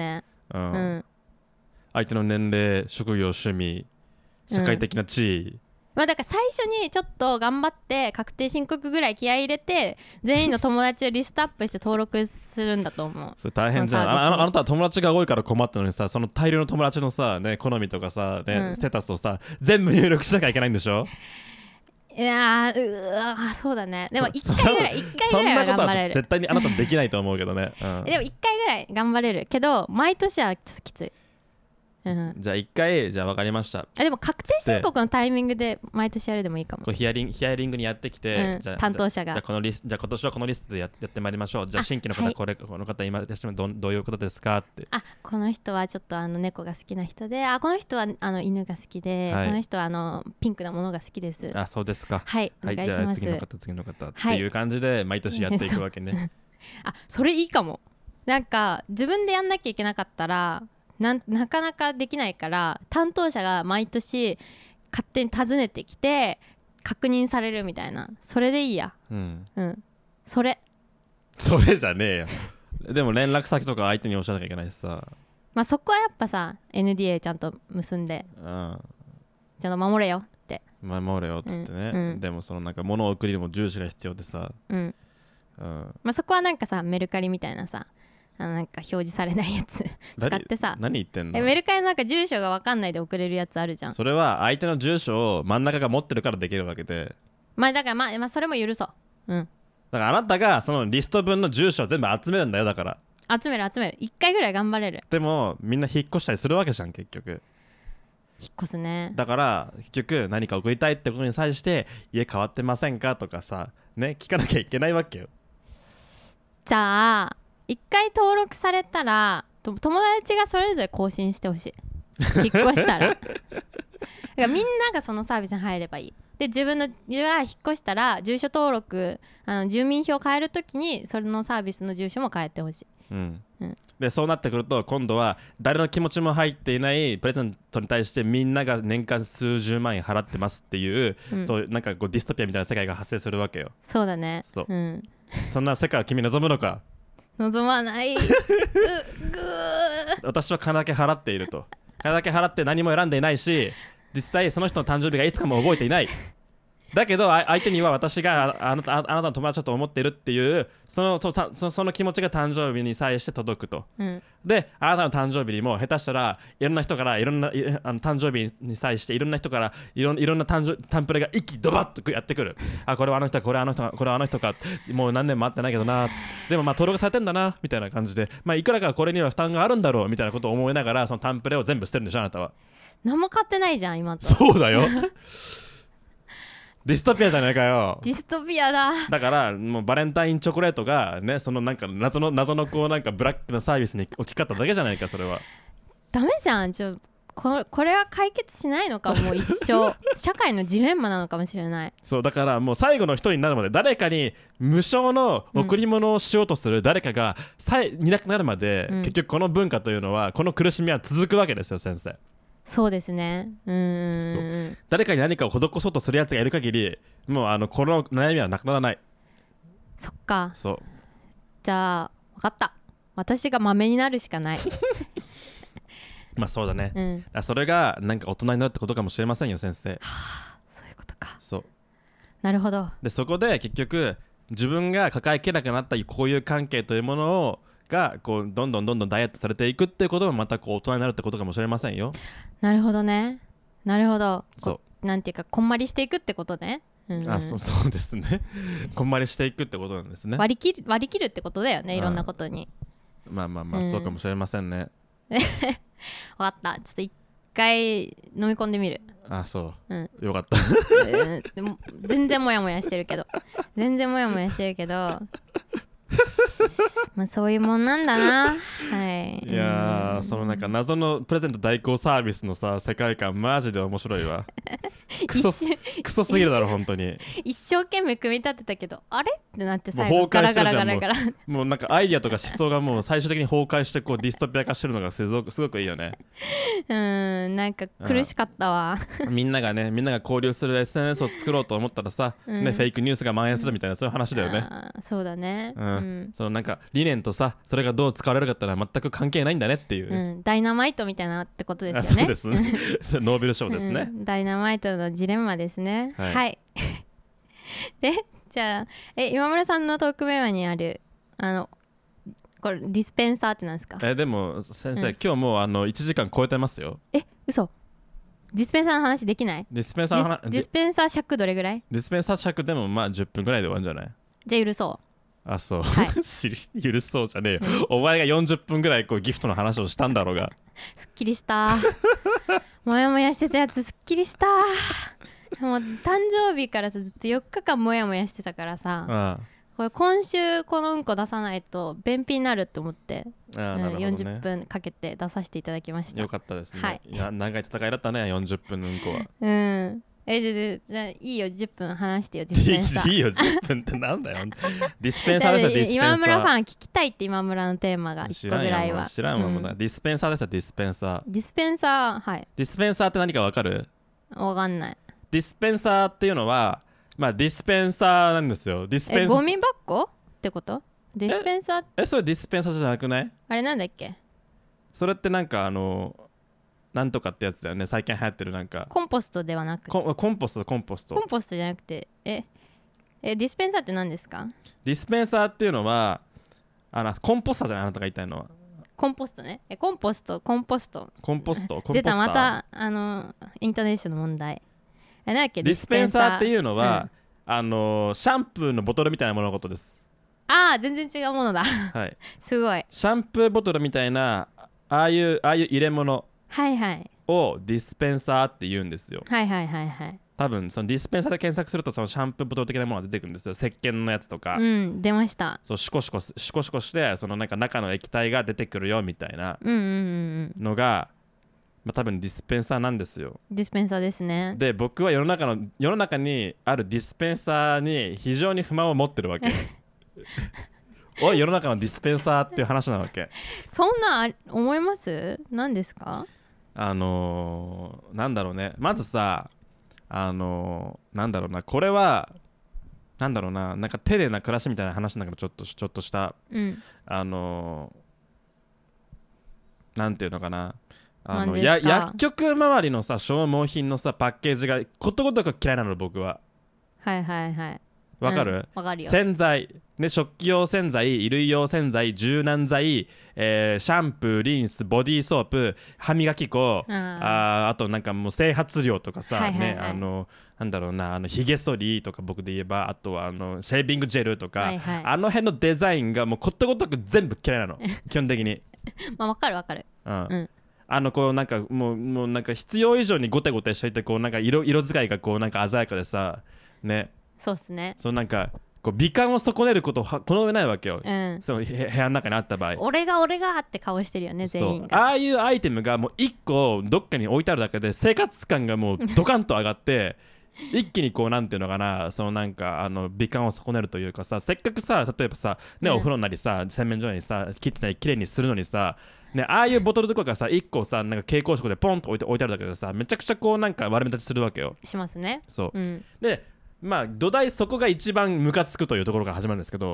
相手の年齢、職業、趣味、社会的な地位、 まあ、だから最初にちょっと頑張って確定申告ぐらい気合い入れて全員の友達をリストアップして登録するんだと思う。 それ大変じゃん。あなたは友達が多いから困ったのにさ、その大量の友達のさ、ね、好みとかさ、ね、ステータスをさ全部入力しなきゃいけないんでしょ。 いやそうだね。でも1回ぐらいは頑張れる。 絶対にあなたできないと思うけどね、 でも1回ぐらい頑張れるけど毎年はちょっときつい。 じゃあ1回、じゃあ分かりました。 でも確定申告のタイミングで毎年やるでもいいかも。 こうヒアリングにやってきて、 じゃあ担当者がじゃあ今年はこのリストでやってまいりましょう。じゃあ新規の方、はい、この方今いらっしゃるどういうことですかって。 この人はちょっと猫が好きな人で、この人は犬が好きで、はい、この人はピンクなものが好きです。 そうですか。 はい、お願いします。 じゃあ次の方っていう感じで毎年やっていくわけね。 それいいかも。なんか自分でやんなきゃいけなかったらなかなかできないから、担当者が毎年勝手に訪ねてきて確認されるみたいな、それでいいや。それじゃねえよ。でも連絡先とか相手に教えなきゃいけないしさ、 まあそこはやっぱさ NDA ちゃんと結んで、ちゃんと守れよってつってね、でもそのなんか物を送りでも住所が必要でさ、 まあそこはなんかさメルカリみたいなさ、なんか表示されないやつ使ってさ、 何言ってんの。 メルカリのなんか住所が分かんないで送れるやつあるじゃん。 それは相手の住所を真ん中が持ってるからできるわけで、 だからまあそれも許そう。だからあなたがそのリスト分の住所を全部集めるんだよ。だから集める1回ぐらい頑張れる。 でもみんな引っ越したりするわけじゃん結局。 引っ越すね。 だから結局何か送りたいってことに際して家変わってませんかとかさね、聞かなきゃいけないわけよ。 じゃあ1回登録されたら友達がそれぞれ更新してほしい。引っ越したらだからみんながそのサービスに入ればいい。で自分の引っ越したら住所登録住民票変えるときにそれのサービスの住所も変えてほしい。 でそうなってくると今度は誰の気持ちも入っていないプレゼントに対してみんなが年間数十万円払ってますっていう、そうなんかこうディストピアみたいな世界が発生するわけよ。 そうだね。 そんな世界を君望むのか。 望まない私は金だけ払っていると。金だけ払って何も選んでいないし、実際その人の誕生日がいつかも覚えていない。だけど相手には私があなたの友達だと思ってるっていうその気持ちが誕生日に際して届くと、であなたの誕生日にも下手したらいろんな人からいろんな誕生日に際していろんな人からいろんなタンプレが一気ドバッとやってくる。これはあの人か、これはあの人か、もう何年も会ってないけどな、でも登録されてんだなみたいな感じで、いくらかこれには負担があるんだろうみたいなことを思いながらそのタンプレを全部捨てるんでしょあなたは。 何も買ってないじゃん今と。 そうだよディストピアじゃないかよ。 ディストピアだ。 だからもうバレンタインチョコレートがね、そのなんか謎のこうなんかブラックなサービスに置き換っただけじゃないかそれは。 ダメじゃん。これは解決しないのかもう一生社会のジレンマなのかもしれない。 そうだからもう最後の一人になるまで誰かに無償の贈り物をしようとする誰かがいなくなるまで、結局この文化というのはこの苦しみは続くわけですよ先生。 そうですね。 そう誰かに何かを施そうとするやつがいる限りもうこの悩みはなくならない。 そっか。 そうじゃあ分かった。私がマメになるしかないそうだね、それがなんか大人になるってことかもしれませんよ先生。 そういうことか。 そうなるほど。 でそこで結局自分が抱えきれなくなった交友関係というものがこうどんどんダイエットされていくっていうことがまたこう大人になるってことかもしれませんよ。 なるほどね。なるほど。そうなんていうかこんまりしていくってことね。 そうですねこんまりしていくってことなんですね。 割り切るってことだよね、いろんなことに。 そうかもしれませんね分かった。ちょっと一回飲み込んでみる。 そう、よかったでも全然モヤモヤしてるけどそういうもんなんだな。はい。 いやそのなんか謎のプレゼント代行サービスのさ世界観マジで面白いわクソすぎるだろ本当に。 一生懸命組み立てたけどあれってなって最後ガラガラガラガラもうなんかアイディアとか思想がもう最終的に崩壊してこうディストピア化してるのがすごくいいよね。 なんか苦しかったわみんなが交流する SNS を作ろうと思ったらさ、フェイクニュースが蔓延するみたいなそういう話だよね。 そうだね。 そのなんか理念とさそれがどう使われるかってのは全く関係ないんだねっていう、 ダイナマイトみたいなってことですよね。 そうですノーベル賞ですね、 ダイナマイトのジレンマですね。はい、でじゃあ今村さんのトークメーマにあるこれディスペンサーってなんですか？ でも先生、今日もう1時間超えてますよ。 嘘。ディスペンサーの話できない？ ディスペンサー尺どれぐらい？ ディスペンサー尺でもまあ10分ぐらいで終わるんじゃない？じゃあ許そう。 そう、はい、許そうじゃねえよ、お前が40分ぐらいこうギフトの話をしたんだろうが。 すっきりしたもやもやしてたやつすっきりした。もう誕生日からずっと4日間もやもやしてたからさ、これ今週このうんこ出さないと便秘になるって思って、40分かけて出させていただきました。 よかったですね、はい、いや長い戦いだったね40分のうんこは。 じゃあいいよ10分話してよディスペンサー。 いいよ10分ってなんだよディスペンサーですよ。ディスペンサー。 今村ファン聞きたいって今村のテーマが1個ぐらいは知らんわ、ディスペンサーですよ。ディスペンサー。 ディスペンサー、はい。 ディスペンサーって何かわかる？ わかんない。 ディスペンサーっていうのはまあディスペンサーなんですよ。 ゴミ箱ってこと？ディスペンサーそれディスペンサーじゃなくない？ あれなんだっけ？ それってなんかなんとかってやつだよね。最近流行ってるなんかコンポストではなくてコンポストじゃなくてディスペンサーって何ですか？ ディスペンサーっていうのはコンポスターじゃない？あなたが言いたいのはコンポストね。コンポスト出た。またイントネーションの問題。なんだっけ？ ディスペンサーっていうのは、シャンプーのボトルみたいなもののことです。 全然違うものだはい、 すごい。 シャンプーボトルみたいなああいう入れ物をディスペンサーって言うんですよ。多分そのディスペンサーで検索するとそのシャンプーボトル的なものが出てくるんですよ。石鹸のやつとか、 出ました。 そうシコシコしてそのなんか中の液体が出てくるよみたいなのが、多分ディスペンサーなんですよ。 ディスペンサーですね。 で僕は世の中にあるディスペンサーに非常に不満を持ってるわけおい世の中のディスペンサーっていう話なわけ。 そんな思います？何ですか？ なんだろうね。まずさなんだろうな、これはなんだろうな、なんか丁寧な暮らしみたいな話なんだけどちょっとした、なんていうのかな、薬局周りのさ消耗品のさパッケージがことごとく嫌いなの僕は。わかる？ わかるよ。 洗剤ね、食器用洗剤、衣類用洗剤、柔軟剤、シャンプー、リンス、ボディーソープ、歯磨き粉、あとなんかもう整髪料とかさ、なんだろうな、ひげ剃りとか僕で言えば、あとはシェービングジェルとか、あの辺のデザインがもうことごとく全部嫌いなの基本的に。 わかる。 こうなんかもうなんか必要以上にゴテゴテしていて、こうなんか色使いがこうなんか鮮やかでさね。 そうっすね。 そうなんかこう美観を損ねることを好めないわけよ、その部屋の中にあった場合。 俺がって顔してるよね全員が。 ああいうアイテムがもう1個どっかに置いてあるだけで生活感がもうドカンと上がって一気にこうなんていうのかな、そのなんか美観を損ねるというかさ、せっかくさ例えばさ、お風呂なりさ洗面所にさキッチンなりきれいにするのにさ、ああいうボトルとかがさ1個さなんか蛍光色でポンと置いてあるだけでさ、めちゃくちゃこうなんか悪目立ちするわけよ。 しますね。 そう、で土台そこが一番ムカつくというところから始まるんですけど、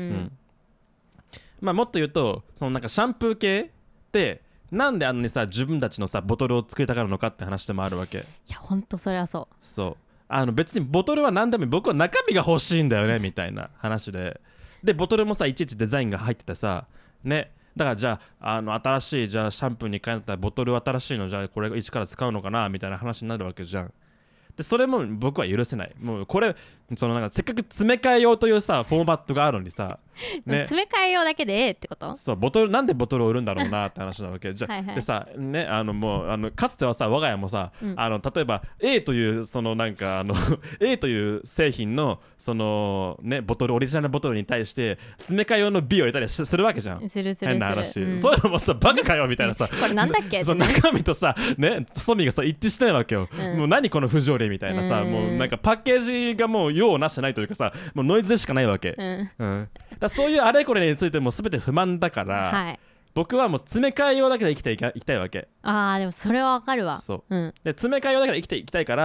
もっと言うとそのなんかシャンプー系ってなんであんなにさ自分たちのさボトルを作りたがるのかって話でもあるわけ。いやほんとそれはそう別にボトルは何でもいい、僕は中身が欲しいんだよねみたいな話でボトルもさいちいちデザインが入っててさね、だからじゃあ新しいじゃあシャンプーに変えたらボトル新しいのじゃあこれ一から使うのかなみたいな話になるわけじゃん。でそれも僕は許せない。もうこれそのなんかせっかく詰め替えようというさフォーマットがあるのにさ、 詰め替えようだけでってこと？ そうなんでボトルを売るんだろうなって話なわけじゃでさもうかつてはさ我が家もさ、例えば A というそのなんかA という製品のそのボトルオリジナルボトルに対して詰め替え用の B を入れたりするわけじゃん。変な話、そういうのもさバカかよみたいなさこれなんだっけその中身とさ外見がさ一致してないわけよ、もう何この不条理みたいなさ、もうなんかパッケージがもう用をなしてないというかさ、もうノイズでしかないわけ、だそういうあれこれについても全て不満だから、僕はもう詰め替え用だけで生きていきたいわけ。 でもそれはわかるわ。 で詰め替え用だけで生きていきたいから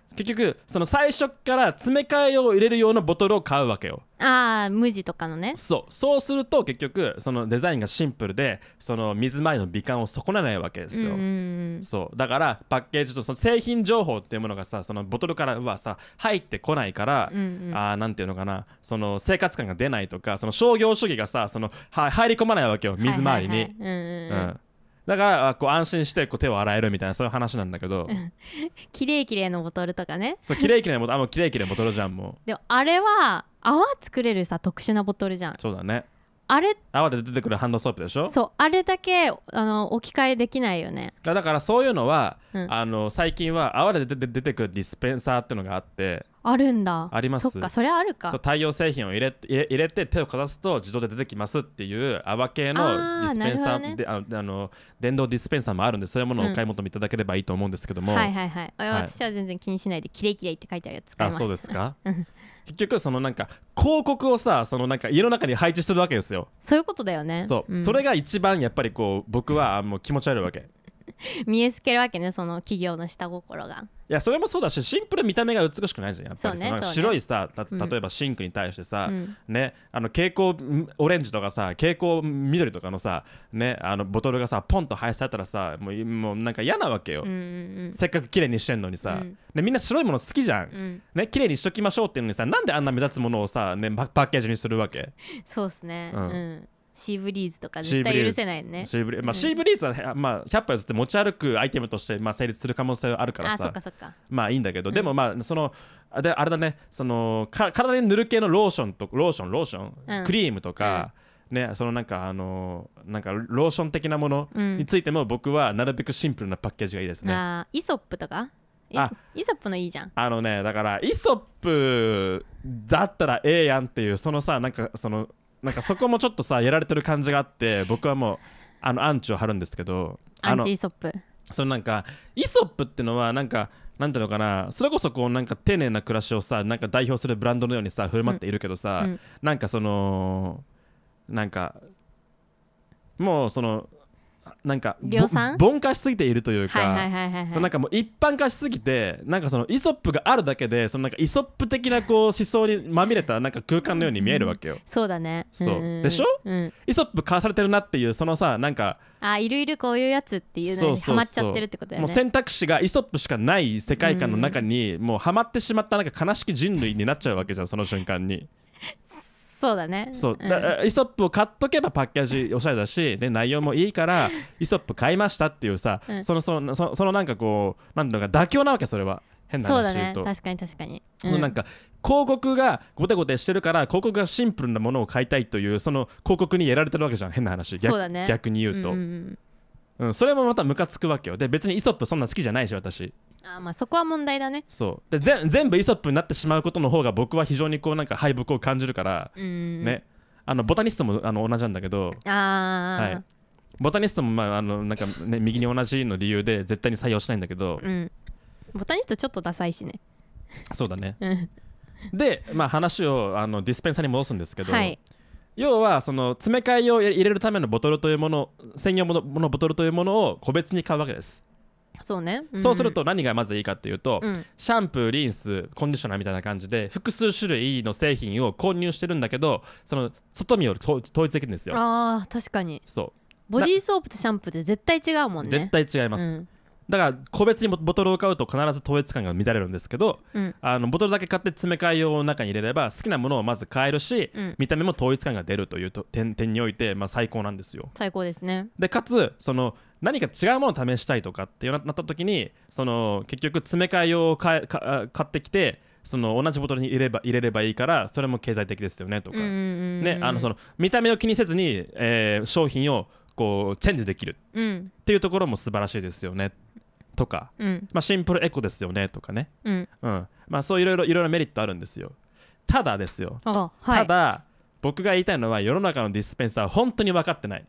結局その最初から詰め替えを入れる用のボトルを買うわけよ。 ああ、無地とかのね。 そうすると結局そのデザインがシンプルでその水回りの美観を損なわないわけですよ。そうだからパッケージとその製品情報っていうものがさ、そのボトルからはさ入ってこないから、なんていうのかな、その生活感が出ないとか、その商業主義がさ、その入り込まないわけよ、水回りに。だからこう安心してこう手を洗えるみたいな、そういう話なんだけどきれいのボトルとかね。 そう、きれいなボトル、もうきれいなボトルじゃん。もうでもあれは泡作れるさ特殊なボトルじゃん。 そうだね。 あれ泡で出てくるハンドソープでしょ。 そう、あれだけ置き換えできないよね。 だからそういうのは、最近は泡で出てくるディスペンサーっていうのがあって。 あるんだ。 あります。 そっか、それあるか。 そう、太陽製品を入れて手をかざすと自動で出てきますっていう泡系のディスペンサーで、電動ディスペンサーもあるんで、そういうものをお買い求めいただければいいと思うんですけども、 私は全然気にしないできれいって書いてあるやつ使います。 あ、そうですか結局そのなんか広告をさ、そのなんか家の中に配置してるわけですよ。 そういうことだよね。 そう、それが一番やっぱりこう僕はもう気持ち悪いわけ見えつけるわけね、その企業の下心が。 いや、それもそうだし、シンプル見た目が美しくないじゃん、やっぱり。その白いさ、例えばシンクに対してさ、ね、蛍光オレンジとかさ、蛍光緑とかのさ、ね、ボトルがさポンと配されたらさ、もうなんか嫌なわけよ。せっかく綺麗にしてんのにさ、みんな白いもの好きじゃん、ね、綺麗にしときましょうっていうのにさ、なんであんな目立つものをさ、ね、パッケージにするわけ。 そうっすね。シーブリーズとか絶対許せないね。 シーブリーズは、100歩譲って持ち歩くアイテムとして、成立する可能性はあるからさ、 そっかそっか、 まあいいんだけど、でもそのあれだね、その体に塗る系のローション、クリームとか、ね、そのなんかローション的なものについても、僕はなるべくシンプルなパッケージがいいですね。 イソップとかイソップのいいじゃん。 だからイソップだったらええやんっていう、そのさ、なんかそこもちょっとさやられてる感じがあって、僕はもうアンチを張るんですけど、 アンチイソップ。 そのなんかイソップってのはなんていうのかな、それこそこうなんか丁寧な暮らしをさ、なんか代表するブランドのようにさ振る舞っているけどさ、なんかそのなんかもうそのなんか凡化しすぎているというか、なんかもう一般化しすぎて、なんかそのイソップがあるだけで、そのなんかイソップ的なこう思想にまみれたなんか空間のように見えるわけよ。 そうだね。 そうでしょ、イソップ買わされてるなっていう、そのさ、なんかいるこういうやつっていうのにハマっちゃってるってことだよね。 もう選択肢がイソップしかない世界観の中にもうハマってしまった、なんか悲しき人類になっちゃうわけじゃん、その瞬間に。 そうだね。 そう、イソップを買っとけばパッケージおしゃれだし、で内容もいいからイソップ買いましたっていうさ、そのなんかこうなんていうのか妥協なわけ、それは。変な話言うと。 そうだね、確かに、 なんか広告がゴテゴテしてるから広告がシンプルなものを買いたいという、その広告にやられてるわけじゃん、変な話。逆に言うと、それもまたムカつくわけよ。で別にイソップそんな好きじゃないし、私。 そこは問題だね。 そうで全部イソップになってしまうことの方が僕は非常にこうなんか敗北を感じるから、ね、ボタニストも同じなんだけど、ボタニストもなんかね、右に同じの理由で絶対に採用しないんだけど、 ボタニストちょっとダサいしね。 そうだね。で、話をディスペンサーに戻すんですけど、要はその詰め替えを入れるためのボトルというもの、専用のボトルというものを個別に買うわけです。 そうね、 そうすると何がまずいいかっていうと、シャンプー、リンス、コンディショナーみたいな感じで複数種類の製品を購入してるんだけど、その外見を統一できるんですよ。 確かに。 そうボディーソープとシャンプーって絶対違うもんね。 絶対違います、だから個別にボトルを買うと必ず統一感が乱れるんですけど、ボトルだけ買って詰め替え用を中に入れれば好きなものをまず買えるし、見た目も統一感が出るという点において、最高なんですよ。 最高ですね。 でかつその何か違うものを試したいとかってなった時に、その結局詰め替え用を買ってきて、その同じボトルに入れればいいから、それも経済的ですよねとか、ね、その見た目を気にせずに、商品をこうチェンジできるっていうところも素晴らしいですよねとか、シンプルエコですよねとかね、そういろいろメリットあるんですよ。ただですよ、ただ僕が言いたいのは、世の中のディスペンサーは本当に分かってない。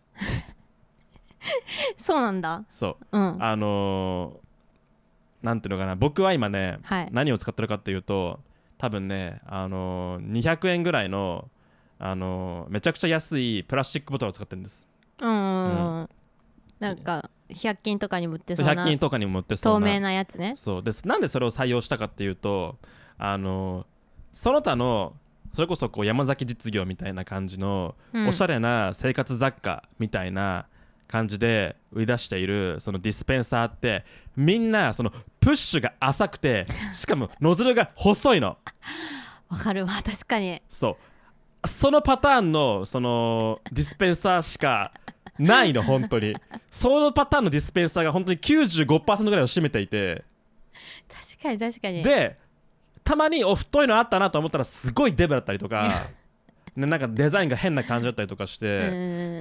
そうなんだ。 そう、なんていうのかな、僕は今ね、何を使ってるかっていうと、多分ね、200円ぐらいの、めちゃくちゃ安いプラスチックボトルを使ってるんです。 なんか 100均とかにも売ってそうな 100均とかにも売ってそうな透明なやつね。 そうです。なんでそれを採用したかっていうと、その他のそれこそこう山崎実業みたいな感じのおしゃれな生活雑貨みたいな感じで売り出しているそのディスペンサーって、みんなそのプッシュが浅くて、しかもノズルが細いの。 わかるわ、確かに。 そうそのパターンのそのディスペンサーしかないの本当に。そのパターンのディスペンサーが本当に 95% ぐらいを占めていて、 確かに確かに。 でたまに太いのあったなと思ったらすごいデブだったりとかなんかデザインが変な感じだったりとかして、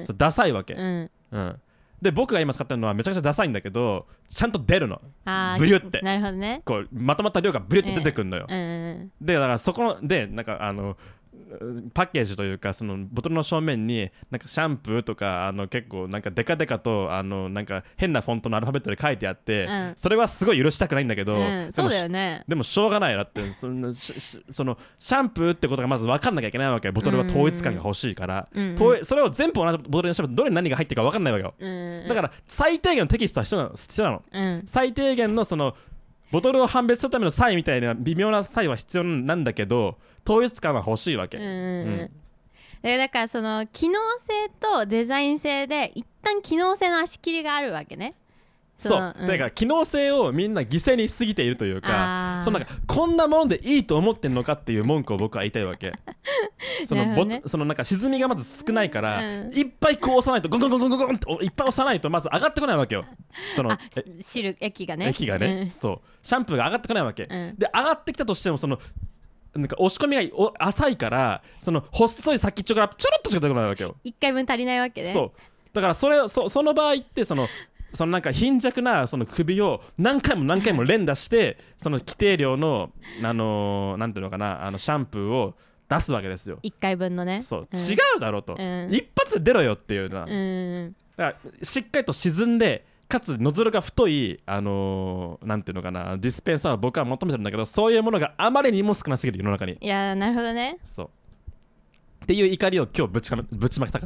そうダサいわけ、で僕が今使ってるのはめちゃくちゃダサいんだけど、ちゃんと出るの。ブリュって、 なるほどね、 こうまとまった量がブリュって出てくるのよ、でだからそこでなんかパッケージというかそのボトルの正面になんかシャンプーとか結構なんかデカデカとなんか変なフォントのアルファベットで書いてあって、それはすごい許したくないんだけど、 そうだよね。 でもしょうがないなって、そのシャンプーってことがまず分かんなきゃいけないわけ。ボトルは統一感が欲しいから、それを全部同じボトルにしてもどれに何が入ってるか分かんないわけよ、だから最低限のテキストは必要なの、最低限のそのボトルを判別するための差異みたいな微妙な差異は必要なんだけど、統一感は欲しいわけ。 だからその機能性とデザイン性で一旦機能性の足切りがあるわけね。 そうだから機能性をみんな犠牲にしすぎているというか、そのなんかこんなものでいいと思ってんのかっていう文句を僕は言いたいわけ。そのなんか沈みがまず少ないから、いっぱいこう押さないとゴンゴンゴンゴンゴンっていっぱい押さないとまず上がってこないわけよ。その液がね、 そうシャンプーが上がってこないわけ、で上がってきたとしてもそのなんか押し込みが浅いから、その細い先っちょからちょろっとしか出てこないわけよ。 1回分足りないわけね。 そうだからその場合ってそのなんか貧弱なその首を何回も何回も連打してその規定量のなんていうのかなシャンプーを出すわけですよ。 1回分のね。 そう、違うだろうと、一発で出ろよっていうな、だからしっかりと沈んでかつノズルが太いなんていうのかなディスペンサーを僕は求めてるんだけど、そういうものがあまりにも少なすぎる世の中に。 いやなるほどね。 そうっていう怒りを今日ぶちまけたかった。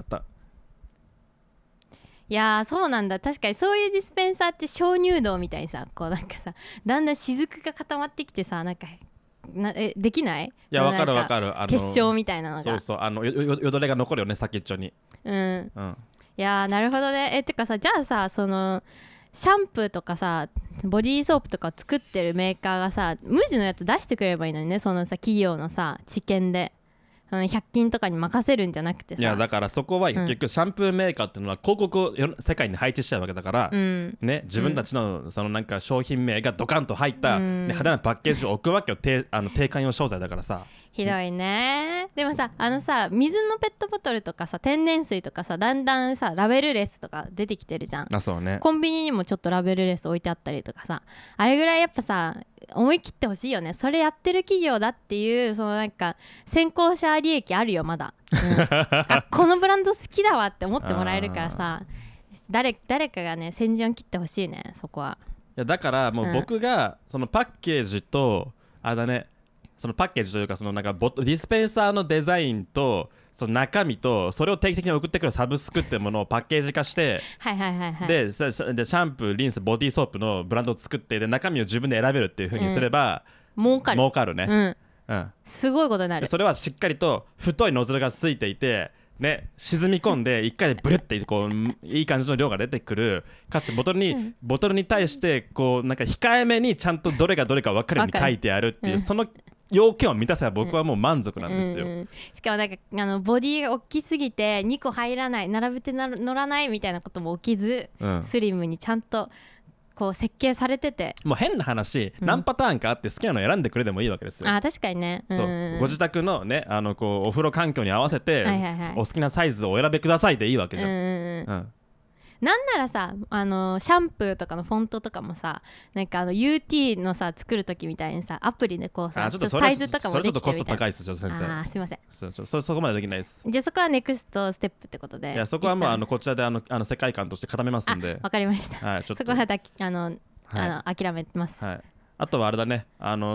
いやそうなんだ。確かにそういうディスペンサーって鍾乳洞みたいにさ、こうなんかさだんだん雫が固まってきてさ、なんかできない？いやわかるわかる、 結晶みたいなのが。 そうそうよどれが残るよね先っちょに。 いやなるほどね。てかさ、じゃあさそのシャンプーとかさボディーソープとか作ってるメーカーがさ無地のやつ出してくれればいいのにね。そのさ企業のさ知見で100均とかに任せるんじゃなくてさ。 いやだからそこは結局シャンプーメーカーっていうのは広告を世界に配置しちゃうわけだから、ね、自分たちのそのなんか商品名がドカンと入った、派手なパッケージを置くわけよ。定款用商材だからさ。 ひどいね。でもさ水のペットボトルとかさ天然水とかさだんだんさラベルレスとか出てきてるじゃん。 そうね。 コンビニにもちょっとラベルレス置いてあったりとかさ、あれぐらいやっぱさ思い切ってほしいよね。それやってる企業だっていうそのなんか先行者利益あるよまだ、このブランド好きだわって思ってもらえるからさ、誰かがね先陣を切ってほしいねそこは。 いやだからもう僕がそのパッケージとそのパッケージというかそのなんかディスペンサーのデザインとその中身とそれを定期的に送ってくるサブスクってものをパッケージ化してでシャンプーリンスボディーソープのブランドを作って、で中身を自分で選べるっていう風にすれば、儲かるね、 すごいことになる。 それはしっかりと太いノズルがついていてね、沈み込んで1回でブルッてこういい感じの量が出てくる、かつボトルに対してこうなんか控えめにちゃんとどれがどれか分かるように書いてあるっていう、その要件を満たせば僕はもう満足なんですよ、 しかもなんかボディが大きすぎて2個入らない、並べて乗らないみたいなことも起きず、スリムにちゃんとこう設計されてて、 もう変な話、何パターンかあって好きなのを選んでくれでもいいわけですよ。 確かにね、 そうご自宅のねこうお風呂環境に合わせて、お好きなサイズをお選びくださいでいいわけじゃん。 なんならさシャンプーとかのフォントとかもさ、なんかUT のさ作る時みたいにさアプリでこうさちょっとサイズとかもできてるみたいな。それちょっとコスト高いですよ先生。 すいません。 そこまでできないです。 じゃあそこはネクストステップってことで。 いやそこはもうこちらで世界観として固めますんで。 わかりました、そこは諦めます。 あとはあれだね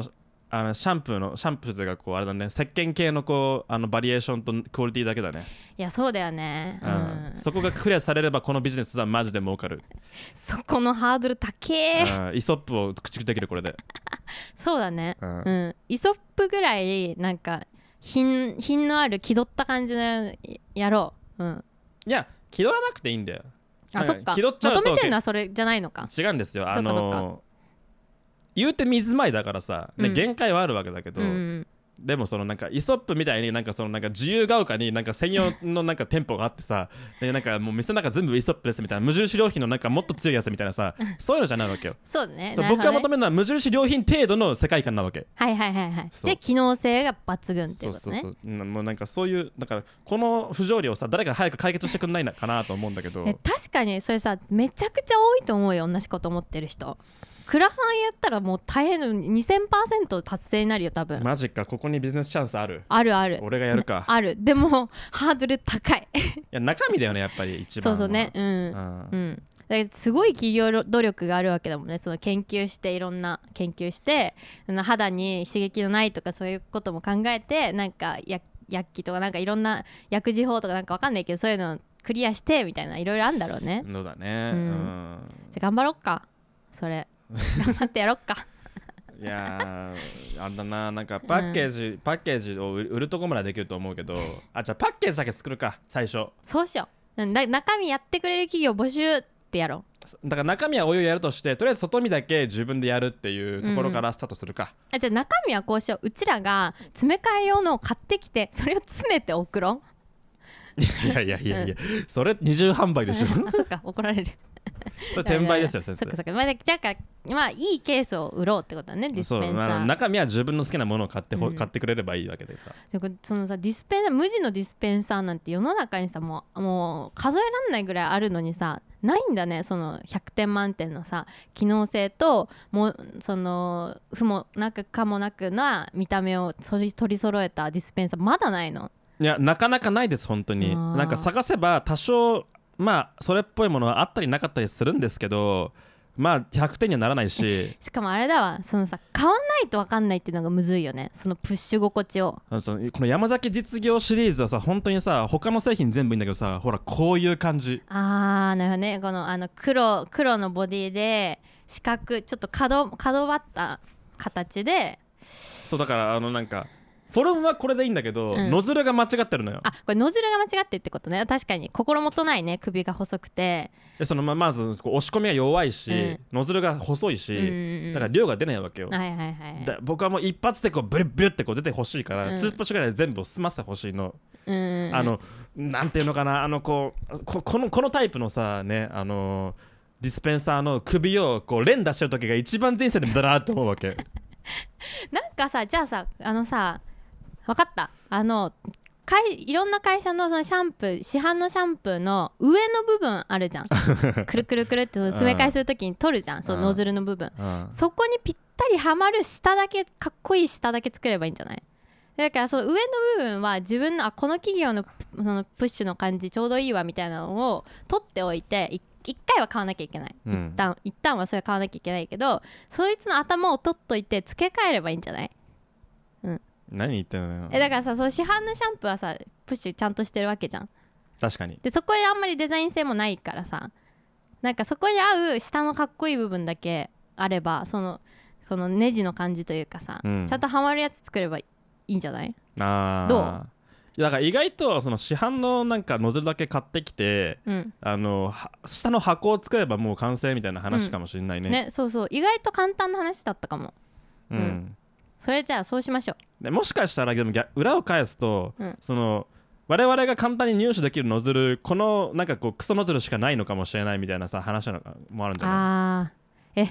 シャンプーというかこうあれだね、石鹸系のこうバリエーションとクオリティだけだね。 いやそうだよね、 そこがクリアされればこのビジネスはマジで儲かる。 そこのハードル高え。 イソップを駆逐できるこれで。 そうだね、イソップぐらいなんか品のある気取った感じのやろう。 いや気取らなくていいんだよ。 あ、そっか。求めてるのはそれじゃないのか。 違うんですよ。言うて水前だからさ、ね、限界はあるわけだけど、でもそのなんかイソップみたいになんかそのなんか自由が丘になんか専用のなんか店舗があってさでなんかもう店の中全部イソップですみたいな無印良品のなんかもっと強いやつみたいなさそういうのじゃないわけよ。 そうね。 僕が求めるのは無印良品程度の世界観なわけ。 はいはいはいはい。で機能性が抜群っていうことね。 そうもうなんかそういうだからこの不条理をさ誰か早く解決してくんないかなと思うんだけど。 確かにそれさめちゃくちゃ多いと思うよ。同じこと思ってる人。クラファンやったらもう大変の 2000% 達成になるよ多分。 マジか。ここにビジネスチャンスある。 あるある。 俺がやるか。 ある。でもハードル高い。 いや中身だよねやっぱり一番。 そうね。だからすごい企業努力があるわけだもんね。その研究していろんな研究して肌に刺激のないとかそういうことも考えてなんか薬器とかなんかいろんな薬事法とかなんかわかんないけどそういうのをクリアしてみたいないろいろあるんだろうね。 そうだね。 じゃあ頑張ろっかそれ。頑張ってやろっか。 いやあんだな。なんかパッケージを売るとこまではできると思うけど、じゃあパッケージだけ作るか最初。 そうしよう。中身やってくれる企業募集ってやろう。だから中身はお湯やるとしてとりあえず外見だけ自分でやるっていうところからスタートするか。 じゃあ中身はこうしよう。うちらが詰め替え用のを買ってきてそれを詰めて送ろう。いや、それ二重販売でしょ。 あ、そっか怒られる。 それ転売ですよ先生。 そっか。じゃあいいケースを売ろうってことだね。ディスペンサー。 中身は自分の好きなものを買ってくれればいいわけでさ。 そのさディスペンサー無地のディスペンサーなんて世の中にさもう数えらんないぐらいあるのにさないんだね。その100点満点のさ機能性ともうその負もなくかもなくな見た目を取り揃えたディスペンサーまだないの？ いやなかなかないです本当に。なんか探せば多少まあそれっぽいものはあったりなかったりするんですけどまあ100点にはならないししかもあれだわそのさ買わないと分かんないっていうのがむずいよね。そのプッシュ心地を。 この山崎実業シリーズはさ本当にさ他の製品全部いいんだけどさほらこういう感じ。 なるほどね。この黒のボディで四角ちょっと角張った形で。 そうだからなんかフォルムはこれでいいんだけど、ノズルが間違ってるのよ。 これノズルが間違ってってことね。確かに心もとないね。首が細くてまず押し込みが弱いし、ノズルが細いし、だから量が出ないわけよ。僕はもう一発でこうブリブリってこう出てほしいから、2プッシュぐらいで全部済ませてほしいの。なんていうのかなこのタイプのさねディスペンサーの首をこう連打してる時が一番人生で無駄だなって思うわけ。 なんかさじゃあさ分かった。いろんな会社のそのシャンプー市販のシャンプーの上の部分あるじゃん。くるくるくるってその詰め替えするときに取るじゃんそのノズルの部分。そこにぴったりはまる下だけかっこいい下だけ作ればいいんじゃない？だからその上の部分は自分のこの企業のそのプッシュの感じちょうどいいわみたいなのを取っておいて一回は買わなきゃいけない、一旦はそれ買わなきゃいけないけどそいつの頭を取っといて付け替えればいいんじゃない？ 何言ってんのよ。 だからさその市販のシャンプーはさプッシュちゃんとしてるわけじゃん。 確かに。でそこにあんまりデザイン性もないからさなんかそこに合う下のかっこいい部分だけあればそのネジの感じというかさ、ちゃんとはまるやつ作ればいいんじゃない？どう？ だから意外とその市販のなんかノズルだけ買ってきて、下の箱を作ればもう完成みたいな話かもしれないね。 そう意外と簡単な話だったかも。それじゃあそうしましょう。 でもしかしたらでも裏を返すと、その我々が簡単に入手できるノズルこのなんかこうクソノズルしかないのかもしれないみたいなさ話もあるんじゃない？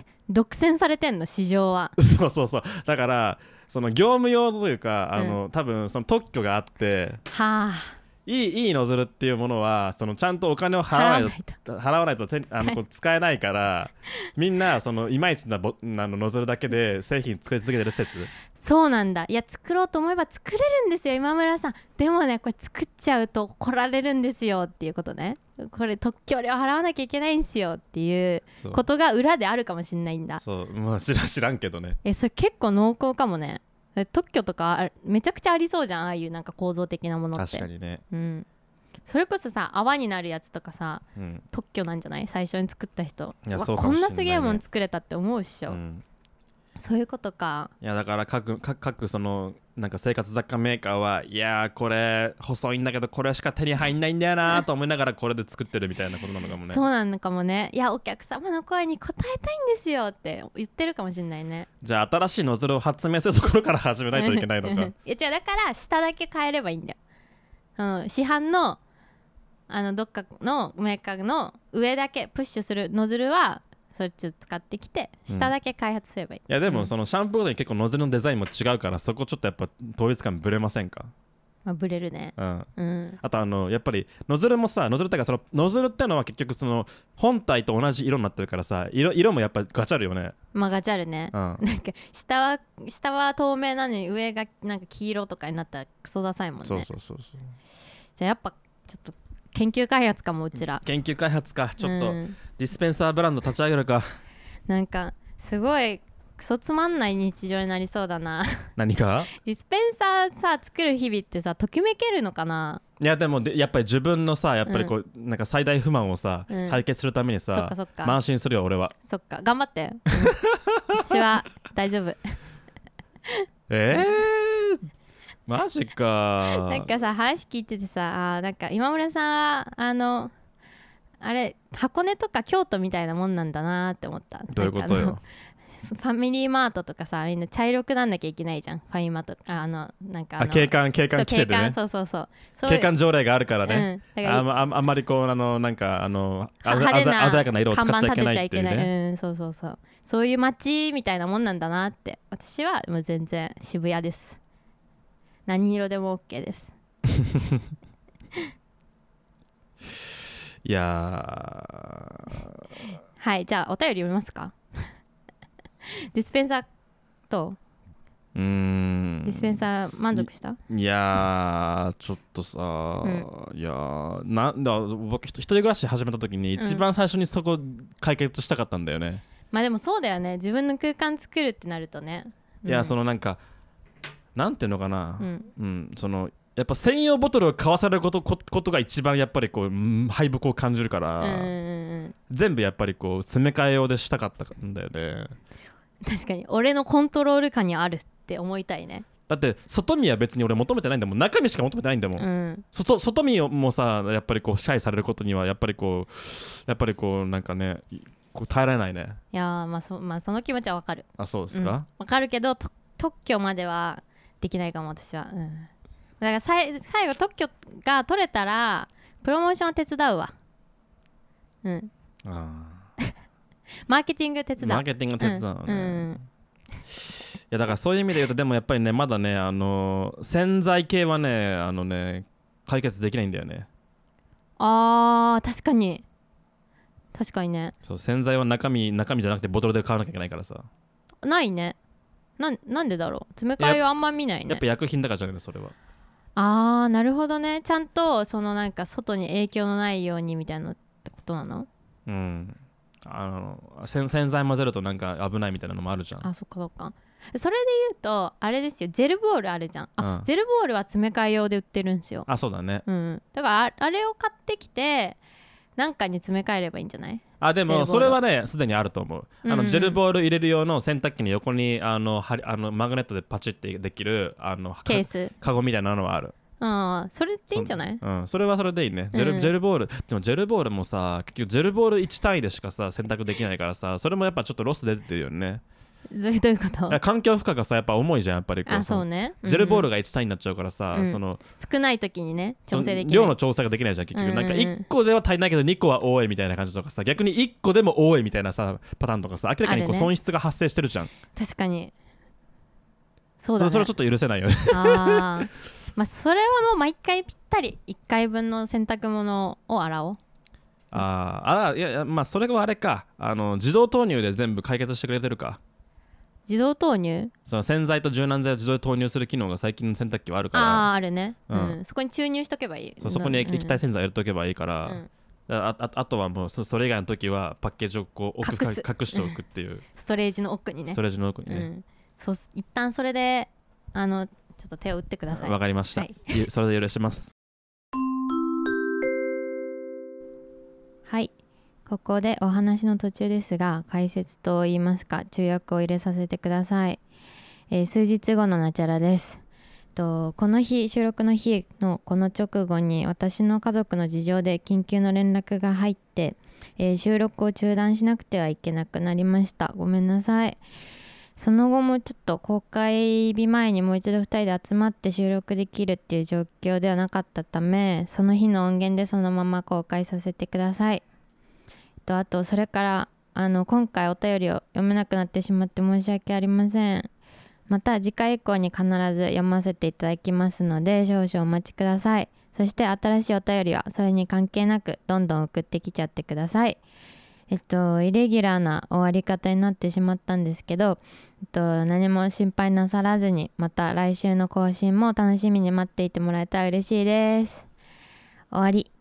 独占されてんの市場は。 そうだからその業務用というか多分その特許があっていいノズルっていうものはそのちゃんとお金を払わないと使えないからみんなそのいまいちなノズルだけで製品作り続けてる説。 そうなんだ。いや作ろうと思えば作れるんですよ今村さん。でもねこれ作っちゃうと怒られるんですよっていうことね。これ特許料払わなきゃいけないんですよっていうことが裏であるかもしれないんだ。 そう、まあ、知らんけどね。 それ結構濃厚かもね。 特許とかめちゃくちゃありそうじゃん、ああいうなんか構造的なものって。 確かにね、 うん、それこそさ泡になるやつとかさ、うん、特許なんじゃない？最初に作った人。 いやそうかもしれないね、こんなすげえもん作れたって思うっしょ、うん、そういうことか。 いやだから各そのなんか生活雑貨メーカーはいやこれ細いんだけどこれしか手に入んないんだよなと思いながらこれで作ってるみたいなことなのかもね。 そうなのかもね。いやお客様の声に応えたいんですよって言ってるかもしれないね。 じゃあ新しいノズルを発明するところから始めないといけないのか。いや違う、だから下だけ変えればいいんだよ。市販のどっかのメーカーの上だけプッシュするノズルはそっちを使ってきて下だけ開発すればいい、 いやでもそのシャンプーごとに結構ノズルのデザインも違うからそこちょっとやっぱ統一感ブレませんか？ まあ、ブレるね、 うんうん、あとやっぱりノズルもさノズルってかそのノズルってのは結局その本体と同じ色になってるからさ 色もやっぱガチャるよね。 まあガチャるね、うん、なんか下は透明なのに上がなんか黄色とかになったらクソダサいもんね。 そうじゃあやっぱちょっと研究開発かもうちら。 研究開発かちょっと、ディスペンサーブランド立ち上げるか。 なんかすごいクソつまんない日常になりそうだな。 何かディスペンサーさ作る日々ってさときめけるのかな。 いやでもやっぱり自分のさやっぱりこう、なんか最大不満をさ、解決するためにさ慢心するよ俺は。 そっか頑張って、私は大丈夫。 マジか。 なんかさ話聞いててさなんか今村さんあれ箱根とか京都みたいなもんなんだなって思った。 どういうことよ。 ファミリーマートとかさみんな茶色くなんなきゃいけないじゃん。ファイマとかなんか景観規制でね。 そう景観条例があるからね、あんまりこうなんか鮮やかな色を使っちゃいけないっていうね。 そういう街みたいなもんなんだなって。私はもう全然渋谷です。何色でも OK です。 いやはい、じゃあお便り読みますか。ディスペンサーとディスペンサー満足した？ いやちょっとさ、いやなんだ僕一人暮らし始めた時に一番最初にそこ解決したかったんだよね。 まあでもそうだよね、自分の空間作るってなるとね。 いやそのなんかなんていうのかな、そのやっぱ専用ボトルを買わされることが一番やっぱりこう敗北を感じるから、全部やっぱりこう詰め替え用でしたかったんだよね。 確かに俺のコントロール下にあるって思いたいね。 だって外見は別に俺求めてないんだもん。中身しか求めてないんだもん、外見もさやっぱりこう支配されることにはやっぱりこうなんかねこう耐えられないね。 いやまあその気持ちはわかる。 あそうですか、 わかるけど特許まではできないかも私は、だから最後特許が取れたらプロモーションを手伝うわ。マーケティング手伝うのね、 いやだからそういう意味で言うとでもやっぱりねまだね洗剤系はね解決できないんだよね。 確かにね。 そう洗剤は中身じゃなくてボトルで買わなきゃいけないからさ。 ないね。なんでだろう。詰め替えをあんま見ないね。 やっぱ薬品だからじゃないのそれは。 なるほどね。ちゃんとそのなんか外に影響のないようにみたいなってことなの？ 洗剤混ぜるとなんか危ないみたいなのもあるじゃん。 そっか。それで言うとあれですよ、ジェルボールあるじゃん。ジェルボールは詰め替え用で売ってるんですよ。 そうだね。 だからあれを買ってきてなんかに詰め替えればいいんじゃない？ でもそれはねすでにあると思う。ジェルボール入れる用の洗濯機の横にマグネットでパチってできるケースカゴみたいなのはある。 それっていいんじゃない？ それはそれでいいね。ジェルボールでもジェルボールもさ結局ジェルボール1単位でしかさ洗濯できないからさそれもやっぱちょっとロス出てるよね。 どういうこと？ 環境負荷がさやっぱ重いじゃんやっぱりこう。 そうね。 ジェルボールが1単位になっちゃうからさ、その少ない時にね調整できない。 量の調整ができないじゃん結局。なんか1個では足りないけど2個は多いみたいな感じとかさ、逆に1個でも多いみたいなさパターンとかさ明らかにこう損失が発生してるじゃん。 確かにそうだね。 それはちょっと許せないよね。 それはもう毎回ぴったり1回分の洗濯物を洗おう。 いやそれはあれか自動投入で全部解決してくれてるか。 自動投入？ その洗剤と柔軟剤を自動で投入する機能が最近の洗濯機はあるから。 あるね、そこに注入しとけばいい。 そこに液体洗剤入れとけばいいから、あとはもうそれ以外の時はパッケージをこう隠しておくっていうストレージの奥にね。 そう一旦それでちょっと手を打ってください。 わかりました、はい、それで許します。 はい、ここでお話の途中ですが、解説といいますか注訳を入れさせてください。数日後のナチャラです。この日、収録の日のこの直後に私の家族の事情で緊急の連絡が入って、収録を中断しなくてはいけなくなりました。ごめんなさい。その後もちょっと公開日前にもう一度2人で集まって収録できるっていう状況ではなかったため、その日の音源でそのまま公開させてください。あとそれから今回お便りを読めなくなってしまって申し訳ありません。また次回以降に必ず読ませていただきますので少々お待ちください。そして新しいお便りはそれに関係なくどんどん送ってきちゃってください。イレギュラーな終わり方になってしまったんですけど、何も心配なさらずにまた来週の更新も楽しみに待っていてもらえたら嬉しいです。終わり。